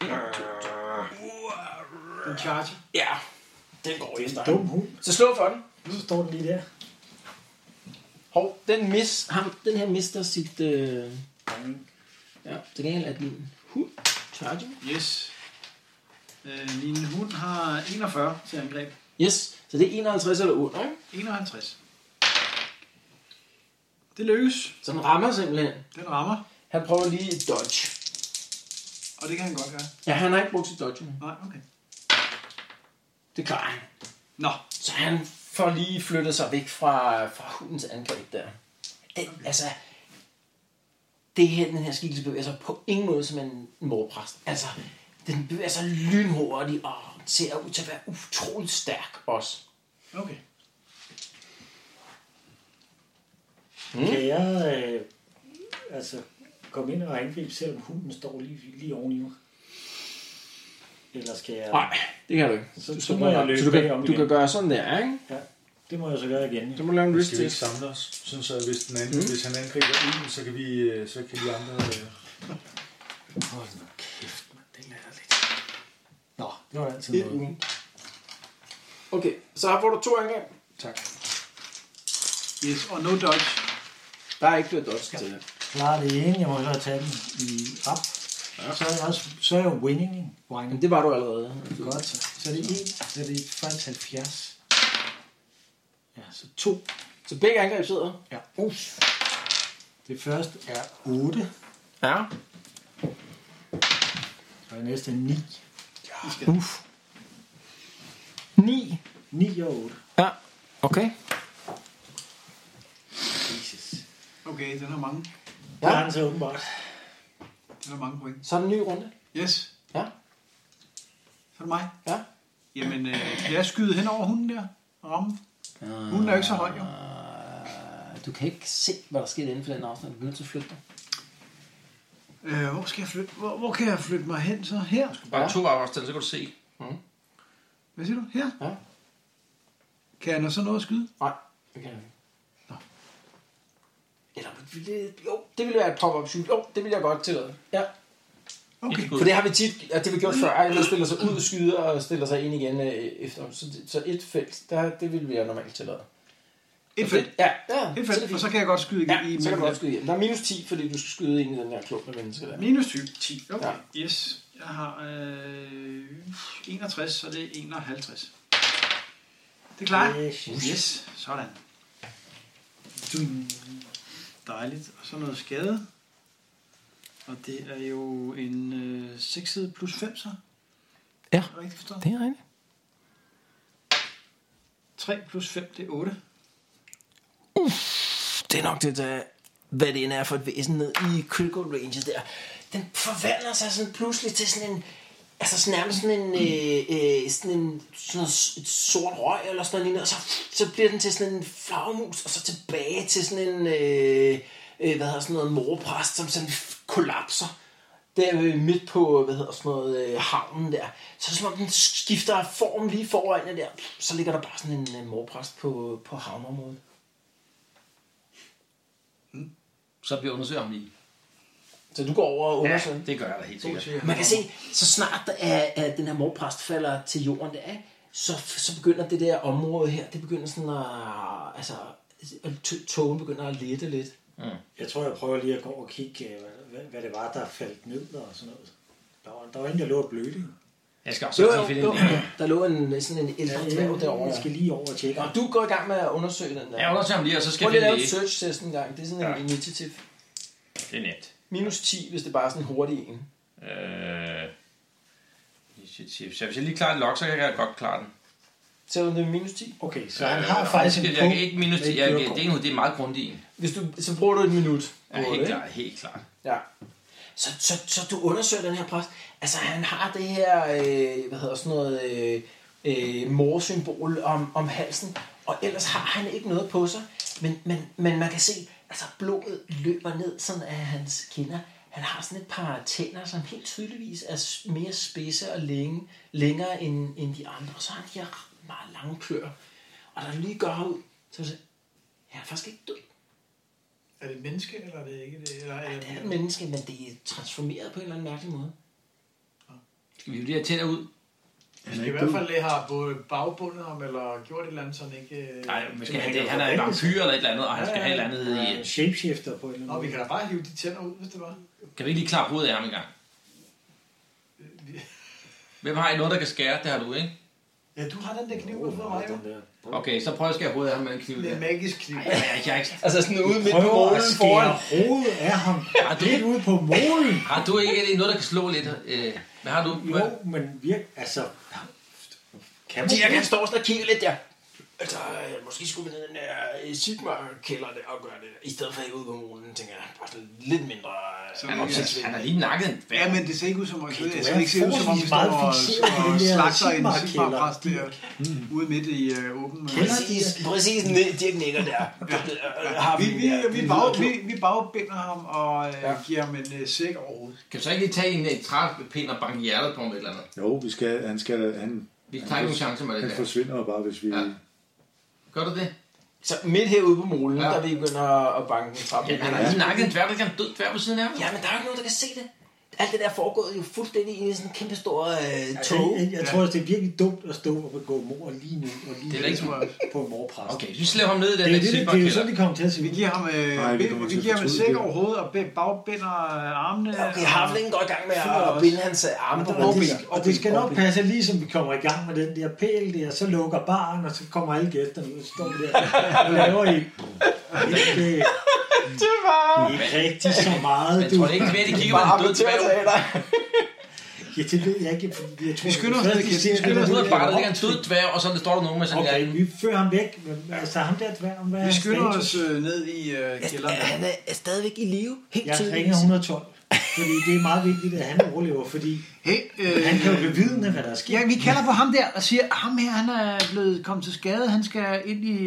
En charge. Ja. Den går efter. Dum hund. Så slå for den. Så står den lige der. Hov, den her mister sit... Ja, til gengæld er din hund. Charge. Yes. Min hund har 41 til angreb. Yes, så det er 51 eller under, ikke? 51. Det lykkes. Så den rammer simpelthen. Den rammer. Han prøver lige et dodge. Og det kan han godt gøre. Ja, han har ikke brugt sit dodge. Nej, okay. Det klarer han. Nå. Så han får lige flyttet sig væk fra hundens angreb der. Altså, den her skikkelse bevæger sig på ingen måde som en morpræst. Altså, den bevæger sig lynhurtigt og ser ud til at være utroligt stærk også. Okay. Kan jeg komme ind og angribe, selvom hunden står lige oven i mig? Eller skal jeg... Nej, det kan du ikke. Så må jeg løbe du kan gøre sådan der, ikke? Ja, det må jeg så gøre igen. Så må du lave en wrist Skal vi ikke test. samle os? Sådan så hvis han angriber en, så kan vi andre... Hold nu kæft, man. Det lader lidt. Nå, det var altid noget. Okay, så får du 2 angreb. Tak. Yes, og no dodge. Der er ikke blevet dodge til det. Klar det ene, jeg må så tage den i rap. Ja. Så er jeg winning. Men det var du allerede. Godt, så er det 1, så er det faktisk 70. Ja, så 2. Så begge angreb sidder? Ja. Det første er 8. Ja. Og det næste er 9. Ja. 9. 9 og 8. Ja, okay. Jesus. Okay, den har mange. Ja. Det har han så åbenbart. Den har mange point. Så er det en ny runde. Yes. Ja. Så er det mig. Ja. Jamen, kan jeg skyde hen over hunden der og ramme? Hunden er jo ikke så høj, jo. Du kan ikke se, hvad der sker inden for den afstand. Du bliver nødt til at flytte dig. Hvor skal jeg flytte? Hvor kan jeg flytte mig hen så? Her? Bare 2 afstand, så kan du se. Hvad siger du? Her? Ja. Kan jeg nå så noget at skyde? Nej, det kan jeg ikke. Nå. Eller, jo, det ville være et pop-up shoot. Jo, det vil jeg godt tillade. Ja. Okay. For det har vi tit, at det vi gjort før, at man stiller sig ud og skyder og stiller sig ind igen efter. Så et felt, det vil vi normalt tillade. Et felt? Ja, et felt, og så kan jeg godt skyde igen. Ja, så kan du godt skyde igen. Der er minus 10, fordi du skal skyde ind i den her klub med mennesker der. Minus 10, okay. Ja. Yes, jeg har 61, så det er 51. Det er klart. Yes, sådan. Dejligt. Og så noget skade. Og det er jo en 6 plus 5 så. Ja, er det rigtigt forstået? det er rigtigt. 3 plus 5, det er 8. Det er nok det, der, hvad det end er for et væsen ned i critical range der. Den forvandler sig sådan pludselig til sådan en, altså sådan nærmest sådan et sort røg eller sådan noget, og så bliver den til sådan en flagermus, og så tilbage til sådan en, hvad hedder sådan noget, morpræst, som sådan kollapser. Der midt på, hvad hedder sådan noget, havnen der. Så er det som om den skifter form lige foran der. Så ligger der bare sådan en morpræst på havneområdet. Så vi undersøger ham lige. Så du går over og undersøger? Ja, det gør jeg da helt sikkert. Man kan se, så snart at den her morpræst falder til jorden der, så begynder det der område her, det begynder sådan at togen begynder at lette lidt. Jeg tror, jeg prøver lige at gå og kigge, hvad det var, der faldt ned og sådan noget. Der var en, der lå og blødte. Jeg skal også Jo, der lå sådan en ældre dværg derovre. Jeg skal lige over og tjekke. Og du går i gang med at undersøge den der. Jeg undersøger ham lige, og så skal vi vi lave et search test en gang. Det er sådan en initiativ. Det er nemt. Minus 10, hvis det bare er sådan en hurtig en. Initiativ. Så hvis jeg lige klarer en log, så kan jeg godt klare den. Så er det minus 10? Okay, så han har faktisk en jeg ikke minus 10. Det er meget grundig en. Så bruger du et minut. Ja, helt klart. Ja. Så du undersøger den her præst. Altså han har det her, morsymbol om halsen, og ellers har han ikke noget på sig. Men man kan se, altså blodet løber ned sådan af hans kinder. Han har sådan et par tænder, som helt tydeligvis er mere spidse og længere end de andre. Og så har han de her meget lange klør. Og der lige gør ud, så han er faktisk ikke død. Er det et menneske, eller er det ikke det? Eller Ja, det er et menneske, men det er transformeret på en eller anden mærkelig måde. Skal vi jo de her tænder ud? Jeg skal i hvert fald have både bagbundet ham, eller gjort et eller andet, sådan ikke... Nej, han er en vampyr eller et eller andet, og han skal have et eller andet i... Shapeshifter på en eller anden måde. Og vi kan da bare hive de tænder ud, hvis det var. Kan vi ikke lige klare hovedet af ham en gang? Hvem har I noget, der kan skære? Det har du, ikke? Ja, du har den der kniv ud for mig, jo. Okay, så prøv at skære hovedet af ham med en kniv. Det er en magisk kniv. Altså sådan ude midt på målen foran. Hovedet af ham. Helt ude på målen. Har du ikke noget, der kan slå lidt? Hvad har du? Jo, men altså... Jeg kan stå sådan og kigge lidt der. Altså, måske skulle vi ned den der Sigmar-kælder der og gøre det der. I stedet for ikke ude på målen, tænker jeg. Bare sådan lidt mindre... Han har lige nakket en Ja, men det ser ikke ud som om... Det ser ikke ud som om vi står og slagter en Sigmar-præst der ude midt i åben... Præcis, Dirk nikker der. Vi bagbinder ham og giver ham en sæk over hovedet. Kan du så ikke lige tage en træpind og banke hjertet på ham et eller andet? Jo, vi tager ikke nogen chance med det der. Han forsvinder bare, hvis vi... Ja. Gør du det? Så midt herude på målen, der vi begynder at banke en trappe. Ja, han har lige nakket en dværg, der kan død dværg på siden af ham. Ja, men der er jo ikke nogen, der kan se det. Alt det der foregået jo fuldstændig i sådan en kæmpe stor tog. Jeg tror, det er virkelig dumt at stå og begå mord lige nu. Og lige det er ikke på en morpræst. Okay, vi slæver ham ned i den der Sigmar-kælder. Det er jo sådan, de kommer til at sige. Vi giver ham en sæk over hovedet og bagbinder armene. Okay, Havlingen går i gang med at binde hans arme på hovedet. Og det skal nok passe, ligesom vi kommer i gang med den der pæl der, så lukker baren, og så kommer alle gæsterne ud og står der og laver I. Det var ikke rigtig så meget. Men tror det ikke, at de kigger på en død dværg? Ja, det ved jeg ikke. Jeg tror, vi skynder os ned. Vi skynder os ned og bare, der ligger en død dværg, og så står der nogen med sådan en... Okay, vi fører ham væk. Altså, ham der dværg, vi skynder os ned i kælderen. Han er stadigvæk i live. Jeg ringer 112. Fordi det er meget vigtigt, at han overlever, fordi han kan jo bevidne, hvad der er sket. Ja, vi kalder på ham der og siger, at ham her, han er blevet kommet til skade. Han skal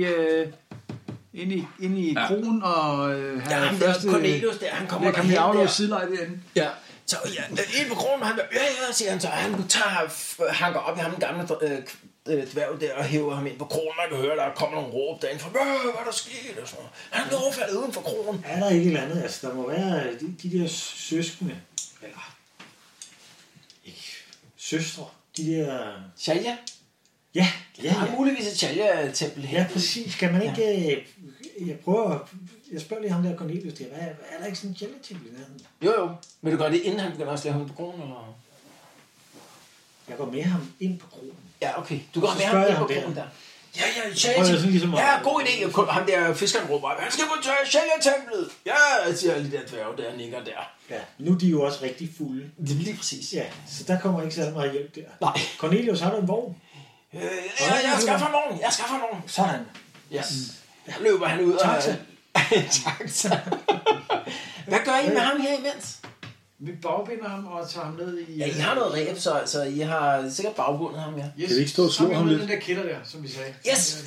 ind i kronen og have første... Cornelius der, han kommer der. Kan vi aflåse sideleje derinde? Ja. Så ind på kronen, han siger han så, han hanker op i ham den gamle dværg der og hæver ham ind på kronen. Man kan høre, der kommer nogle råb derinde fra, hvad er der sket? Og sådan. Han er overfaldet uden for kronen. Er der ikke et eller andet? Altså, der må være de der søskende, eller ikke søstre, de der... Shalja? Ja. Der er muligvis et Shalja-tempel her. Ja, præcis. Kan man ikke... Jeg spørger lige ham der Cornelius der. Er der ikke sådan en Shalja-tempel i nærheden? Jo. Vil du gøre det, inden han begynder at slå ham på kronen, eller? Jeg går med ham ind på kronen. Ja, okay. Du går med ham ind på kronen der. Ja, Shalja-templet. Ja, god idé. Ham der fiskeren råber, han skal på Shalja-templet. Ja, siger alle de der dværge der, nikker der. Ja, nu er de jo også rigtig fulde. Det er lige præcis. Ja, så der kommer ikke så meget hjælp der. Nej. Cornelius, har du en vogn? Jeg skaffer en vogn. Sådan. Yes. Løber han ud og... Taxa. Hvad gør I med ham her imens? Vi bagbinder ham og tager ham ned i... Ja, I har noget ræb, så I har sikkert bagbundet ham, ja. Yes. Kan vi ikke stå og slå ham lidt? Den der kælder der, som vi sagde. Yes!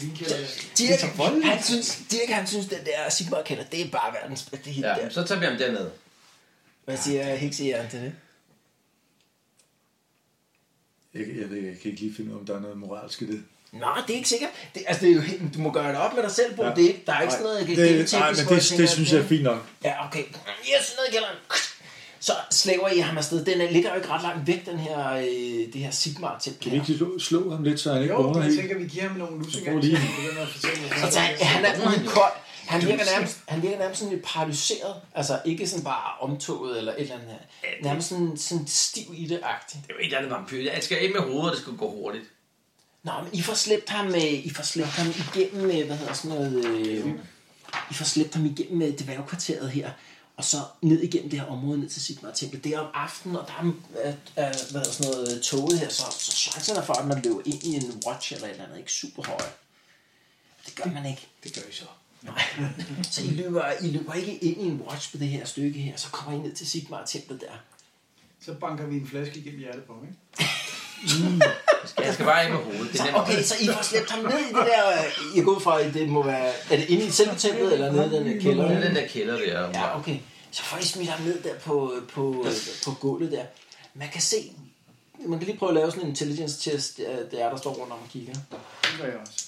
Dirk, han synes, den der Sigmar-kælder, det er bare verdens bedste hit der. Så tager vi ham derned. Hvad siger heksejern til det? Jeg kan ikke lige finde ud af, om der er noget moralsk i det. Nej, det er ikke sikkert. Det er jo, du må gøre det op med dig selv, Bo. Ja. Der er ikke sådan noget, jeg kan Nej, men det synes jeg er fint nok. Ja, okay. Jeg synes noget i kælderen. Så slæver I ham afsted. Den ligger jo ikke ret langt væk, det her Sigmar-tempel. Kan vi ikke slå ham lidt, så han ikke vågner Jo, jeg helt? tænker, vi giver ham nogle lusinger. Altså, han er uden kold. Han virker nærmest sådan lidt paralyseret. Altså, ikke sådan bare omtoget eller et eller andet her. Nærmest sådan stiv i det-agtigt. Det er jo et eller andet vampyr. Jeg skal ind med hovedet, og det skal gå hurtigt. Nå, men I får slæbt ham igennem med, hvad hedder sådan noget... I får slæbt ham igennem med dværgkvarteret her, og så ned igennem det her område, ned til Sigmar-templet. Det er om aftenen, og der er hvad hedder sådan noget toget her, så chancerne for, at man løber ind i en watch eller et eller andet, ikke super høje. Det gør man ikke. Det gør I så. Nej. Så I løber ikke ind i en watch på det her stykke her, så kommer I ned til Sigmar-templet der. Så banker vi en flaske igennem hjertet på ham, ikke? Jeg skal bare ind med hovedet. Så, okay, så I får slæbt ham ned i det der... I går fra, det må være... Er det inde i selve templet, eller nede i den der kælder? Det er den der kælder der. Ja, okay. Så får I smidt ham ned der på gulvet der. Man kan se... Man kan lige prøve at lave sådan en intelligence test, det er, der står rundt om og kigger. Det gør jeg også.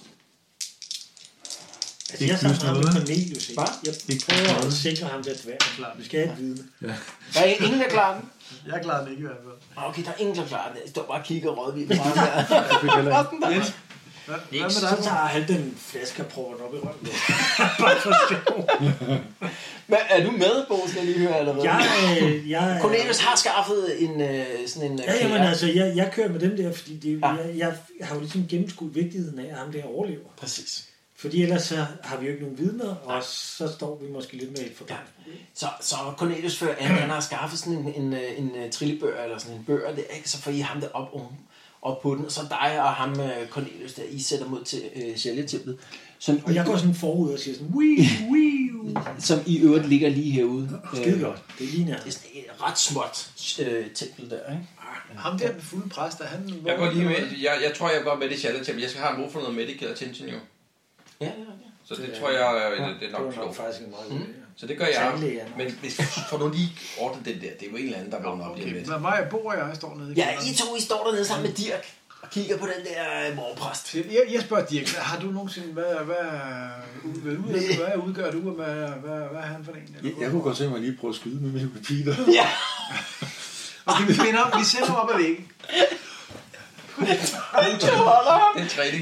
Altså, jeg samler ham med Cornelius, ikke? Hvad? Jeg prøver at sikre ham til at dværge. Vi skal have et vidne. Ja. Der er ingen, der klarer den? Jeg klarer den ikke i hvert fald. Okay, der er ingen, der klarer den. Jeg står bare og kigger rådvildt. Jeg fik heller ikke. Hvad med dig? Så tager han den flaske og prøver den op i røven. Bare for sjov. Men er du med, Bo, skal jeg lige høre, eller hvad? Jeg Cornelius har skaffet sådan en... Ja, jamen altså, jeg kører med dem der, fordi jeg har jo ligesom gennemskudt vigtigheden af, at ham der overlever. Præcis. Fordi ellers så har vi jo ikke nogen vidner, og så står vi måske lidt med et forgang. Så Cornelius før han har skaffet sådan en trillebør, eller sådan en bør, det, ikke? Så får I ham der op på den, og så dig og ham, Cornelius, der I sætter mod til Shelley-templet. Og jeg går sådan forud og siger sådan, wii. Som i øvrigt ligger lige herude. Skide godt, det er lige nær. Det er sådan et ret småt tempel der, ikke? Ham der med fulde præster, han... Jeg går lige med. Jeg tror, jeg går med det Shelley-tempel. Jeg skal have brug for noget medical attention, jo. Ja. Så det tror jeg, det er nok klogt. Faktisk en meget god idé. Så det gør jeg. Men hvis får du lige ordnet den der, det er jo en eller anden, der vågner op lige med. Men mig og Bo og jeg står nede. Ja, I står dernede sammen med Dirk og kigger på den der morpræst. Jeg spørger Dirk, har du nogensinde, hvad udgør du, og hvad er han for en? Jeg kunne godt tænke mig lige at prøve at skyde med mine papirer. Ja. Okay, vi sætter op ad væggen. Det er træning.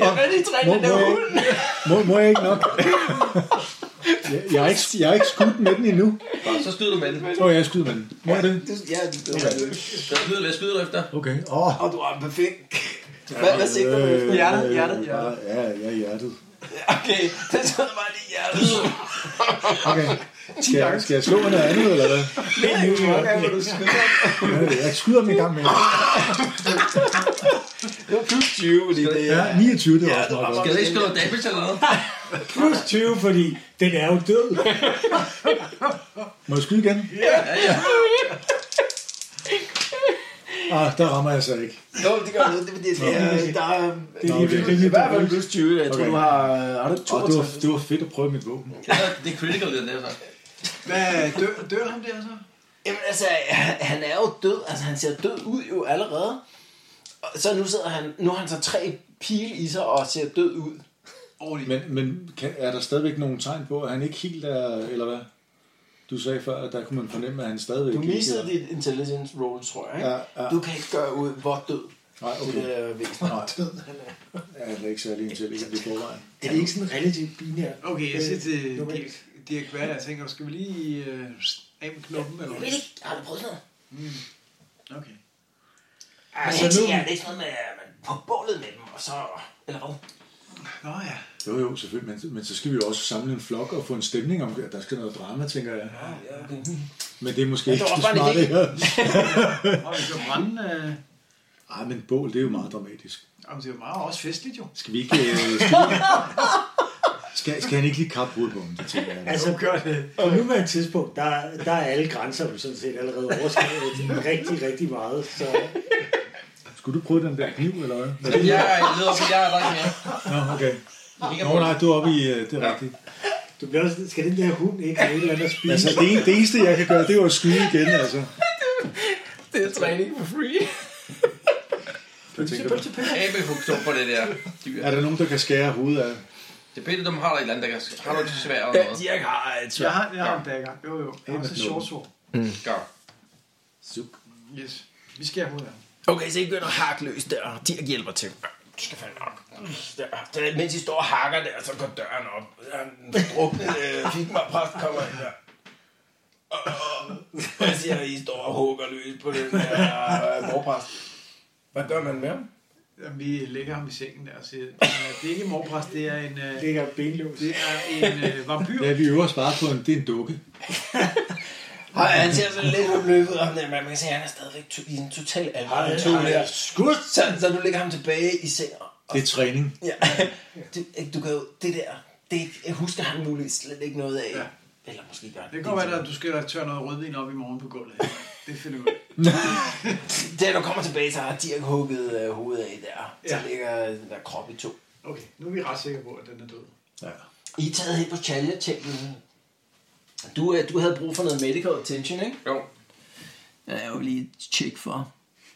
Må jeg ikke nok? Jeg har ikke skudt med den endnu. Så skyder du med den. Jeg skyder med den. Må jeg det? Ja, Hvad skyder du efter? Okay. Og du er perfekt. Hvad sigter du efter? Hjertet. Ja, hjertet. Okay, det sidder bare lige i hjertet. Okay. Skal jeg slå med noget andet, eller hvad? Jeg skyder dem i gang med. Det var plus 20, fordi det er... Ja, 29, det var også nok. Skal jeg ikke skrive noget damage eller noget? Plus 20, fordi den er jo død. Må jeg skyde igen? Ja. Der rammer jeg så ikke. Jo, det gør noget. Det er i hvert fald plus 20. Jeg tror, du har du 62. Det var fedt at prøve mit våben. Det er critical, det der så. Hvad, dør ham der så? Jamen altså, han er jo død. Altså, han ser død ud jo allerede. Så nu har han så 3 pile i sig og ser død ud. Men er der stadigvæk nogle tegn på, at han ikke helt er, eller hvad? Du sagde før, at der kunne man fornemme, at han stadigvæk ikke... Du missede dit intelligence roll, tror jeg, ikke? Ja. Du kan ikke gøre ud, hvor død. Nej, okay. Det er væsentligt. Nej. Jeg er ikke særlig intelligent i forvejen. Er det ikke sådan relativt binær? Okay, jeg siger til Dirk, hvad jeg tænker, skal vi lige af med knoppen? Eller? Jeg ved ikke, har du prøvet sådan noget? Okay. Altså, nu... Det er ikke sådan noget med, at man på bålet med dem, og så... Eller hvad? Nå ja. Jo, selvfølgelig. Men så skal vi jo også samle en flok og få en stemning om det. Der skal noget drama, tænker jeg. Ja, okay. Men det er måske ikke det smarte her. Og vi skal brænde... Men bål, det er jo meget dramatisk. Jamen, det er jo meget også festligt, jo. Skal vi ikke... Skal han ikke lige kappe hovedet på ham? Det tænker jeg. Altså, på nuværende tidspunkt, der er alle grænser jo sådan set allerede overskrevet rigtig, rigtig meget. Så... Skulle du prøve den der kniv, eller hvad? Jeg er leder, for jeg er der ikke mere. Nå, okay. Nej, du er oppe i... Det er rigtigt. Du bliver også, skal den der hund ikke have et eller andet at spise? Altså, det eneste, jeg kan gøre, det er at skyde igen, altså. Det er træning for free. Hvad tænker du? Abehugt på det der dyr. Er der nogen, der kan skære hovedet af? Det er bedre, de har der et eller andet, der kan... Har du et svær eller noget? Dirk har et svær. Jeg har en dagger. Jo. Jeg har også et short sword. Gør. Super. Yes. Vi skærer hovedet af. Okay, så I begynder at hakke løs der. Dirk hjælper til. Du skal fandme op. Der, mens I står og hakker der, så går døren op. Den drukne figma-præst kommer ind der. Jeg siger, at I står og hugger løs på den der morpræst. Hvad gør man med ham? Jamen, vi lægger ham i sengen der og siger, det er ikke en morpræst, det er en... Det er benløs. Det er en vampyr. Ja, vi øver bare på det er en dukke. Han ser sådan lidt opløbet om det, men man kan se, at han er stadigvæk i en total alvorlig skud. Så du lægger ham tilbage i sengen. Det er træning. Ja, du kan jo, det der, jeg husker han muligt slet ikke noget af. Ja. Eller måske gør det kan være, at du skal tørre noget rødvin op i morgen på gulvet. Det finder vi ud. Da du kommer tilbage, så har Dirk hugget hovedet af der. Så ligger den der krop i 2. Okay, nu er vi ret sikre på, at den er død. Ja. I er taget hen på Chalja-templet. Du havde brug for noget medical attention, ikke? Jo. Jeg vil lige tjekke for.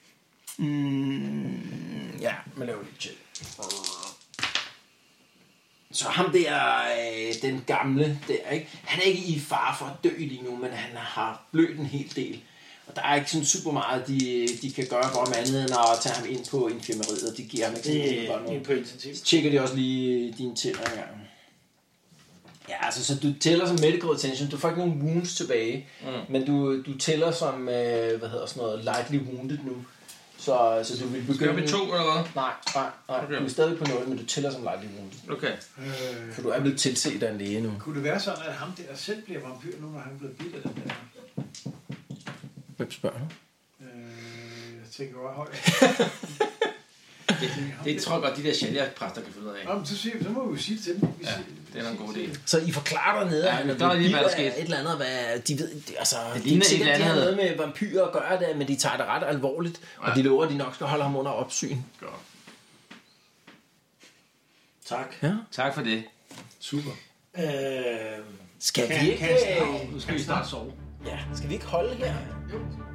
Ja, man laver lige tjek. Så ham der, den gamle der, ikke? Han er ikke i fare for at dø lige nu, men han har blødt en hel del. Og der er ikke sådan super meget, de kan gøre for ham andet end at tage ham ind på infirmeriet, og de giver ham ikke ind på intensiv. Så tjekker de også lige dine tænder en gang. Ja, altså, så du tæller som medical attention. Du får ikke nogen wounds tilbage, men du tæller som, hvad hedder sådan noget, lightly wounded nu. Så du vil begynde... Skal vi 2 eller hvad? Nej. Okay. Du er stadig på 0, men du tæller som lightly wounded. Okay. For du er blevet tilset af en læge nu. Kunne det være sådan, at ham der selv bliver vampyr nu, når han er blevet bidt af den der? Hvem spørger du? Jeg tænker over højt. Det tror jeg godt, de der Chalja-præster kan finde ud af. Nå, men så må vi jo sige det til dem. Ja, det er en god idé. Så I forklarer dernede, ja, der er lige, hvad der skete. Et eller andet, hvad de ved, altså, det er ikke sikkert, de har noget med vampyrer at gøre det, men de tager det ret alvorligt, og de lover, at de nok skal holde ham under opsyn. Godt. Tak. Ja. Tak for det. Super. Skal vi ikke... Nu skal vi snart sove. Ja, skal vi ikke holde her? Jo.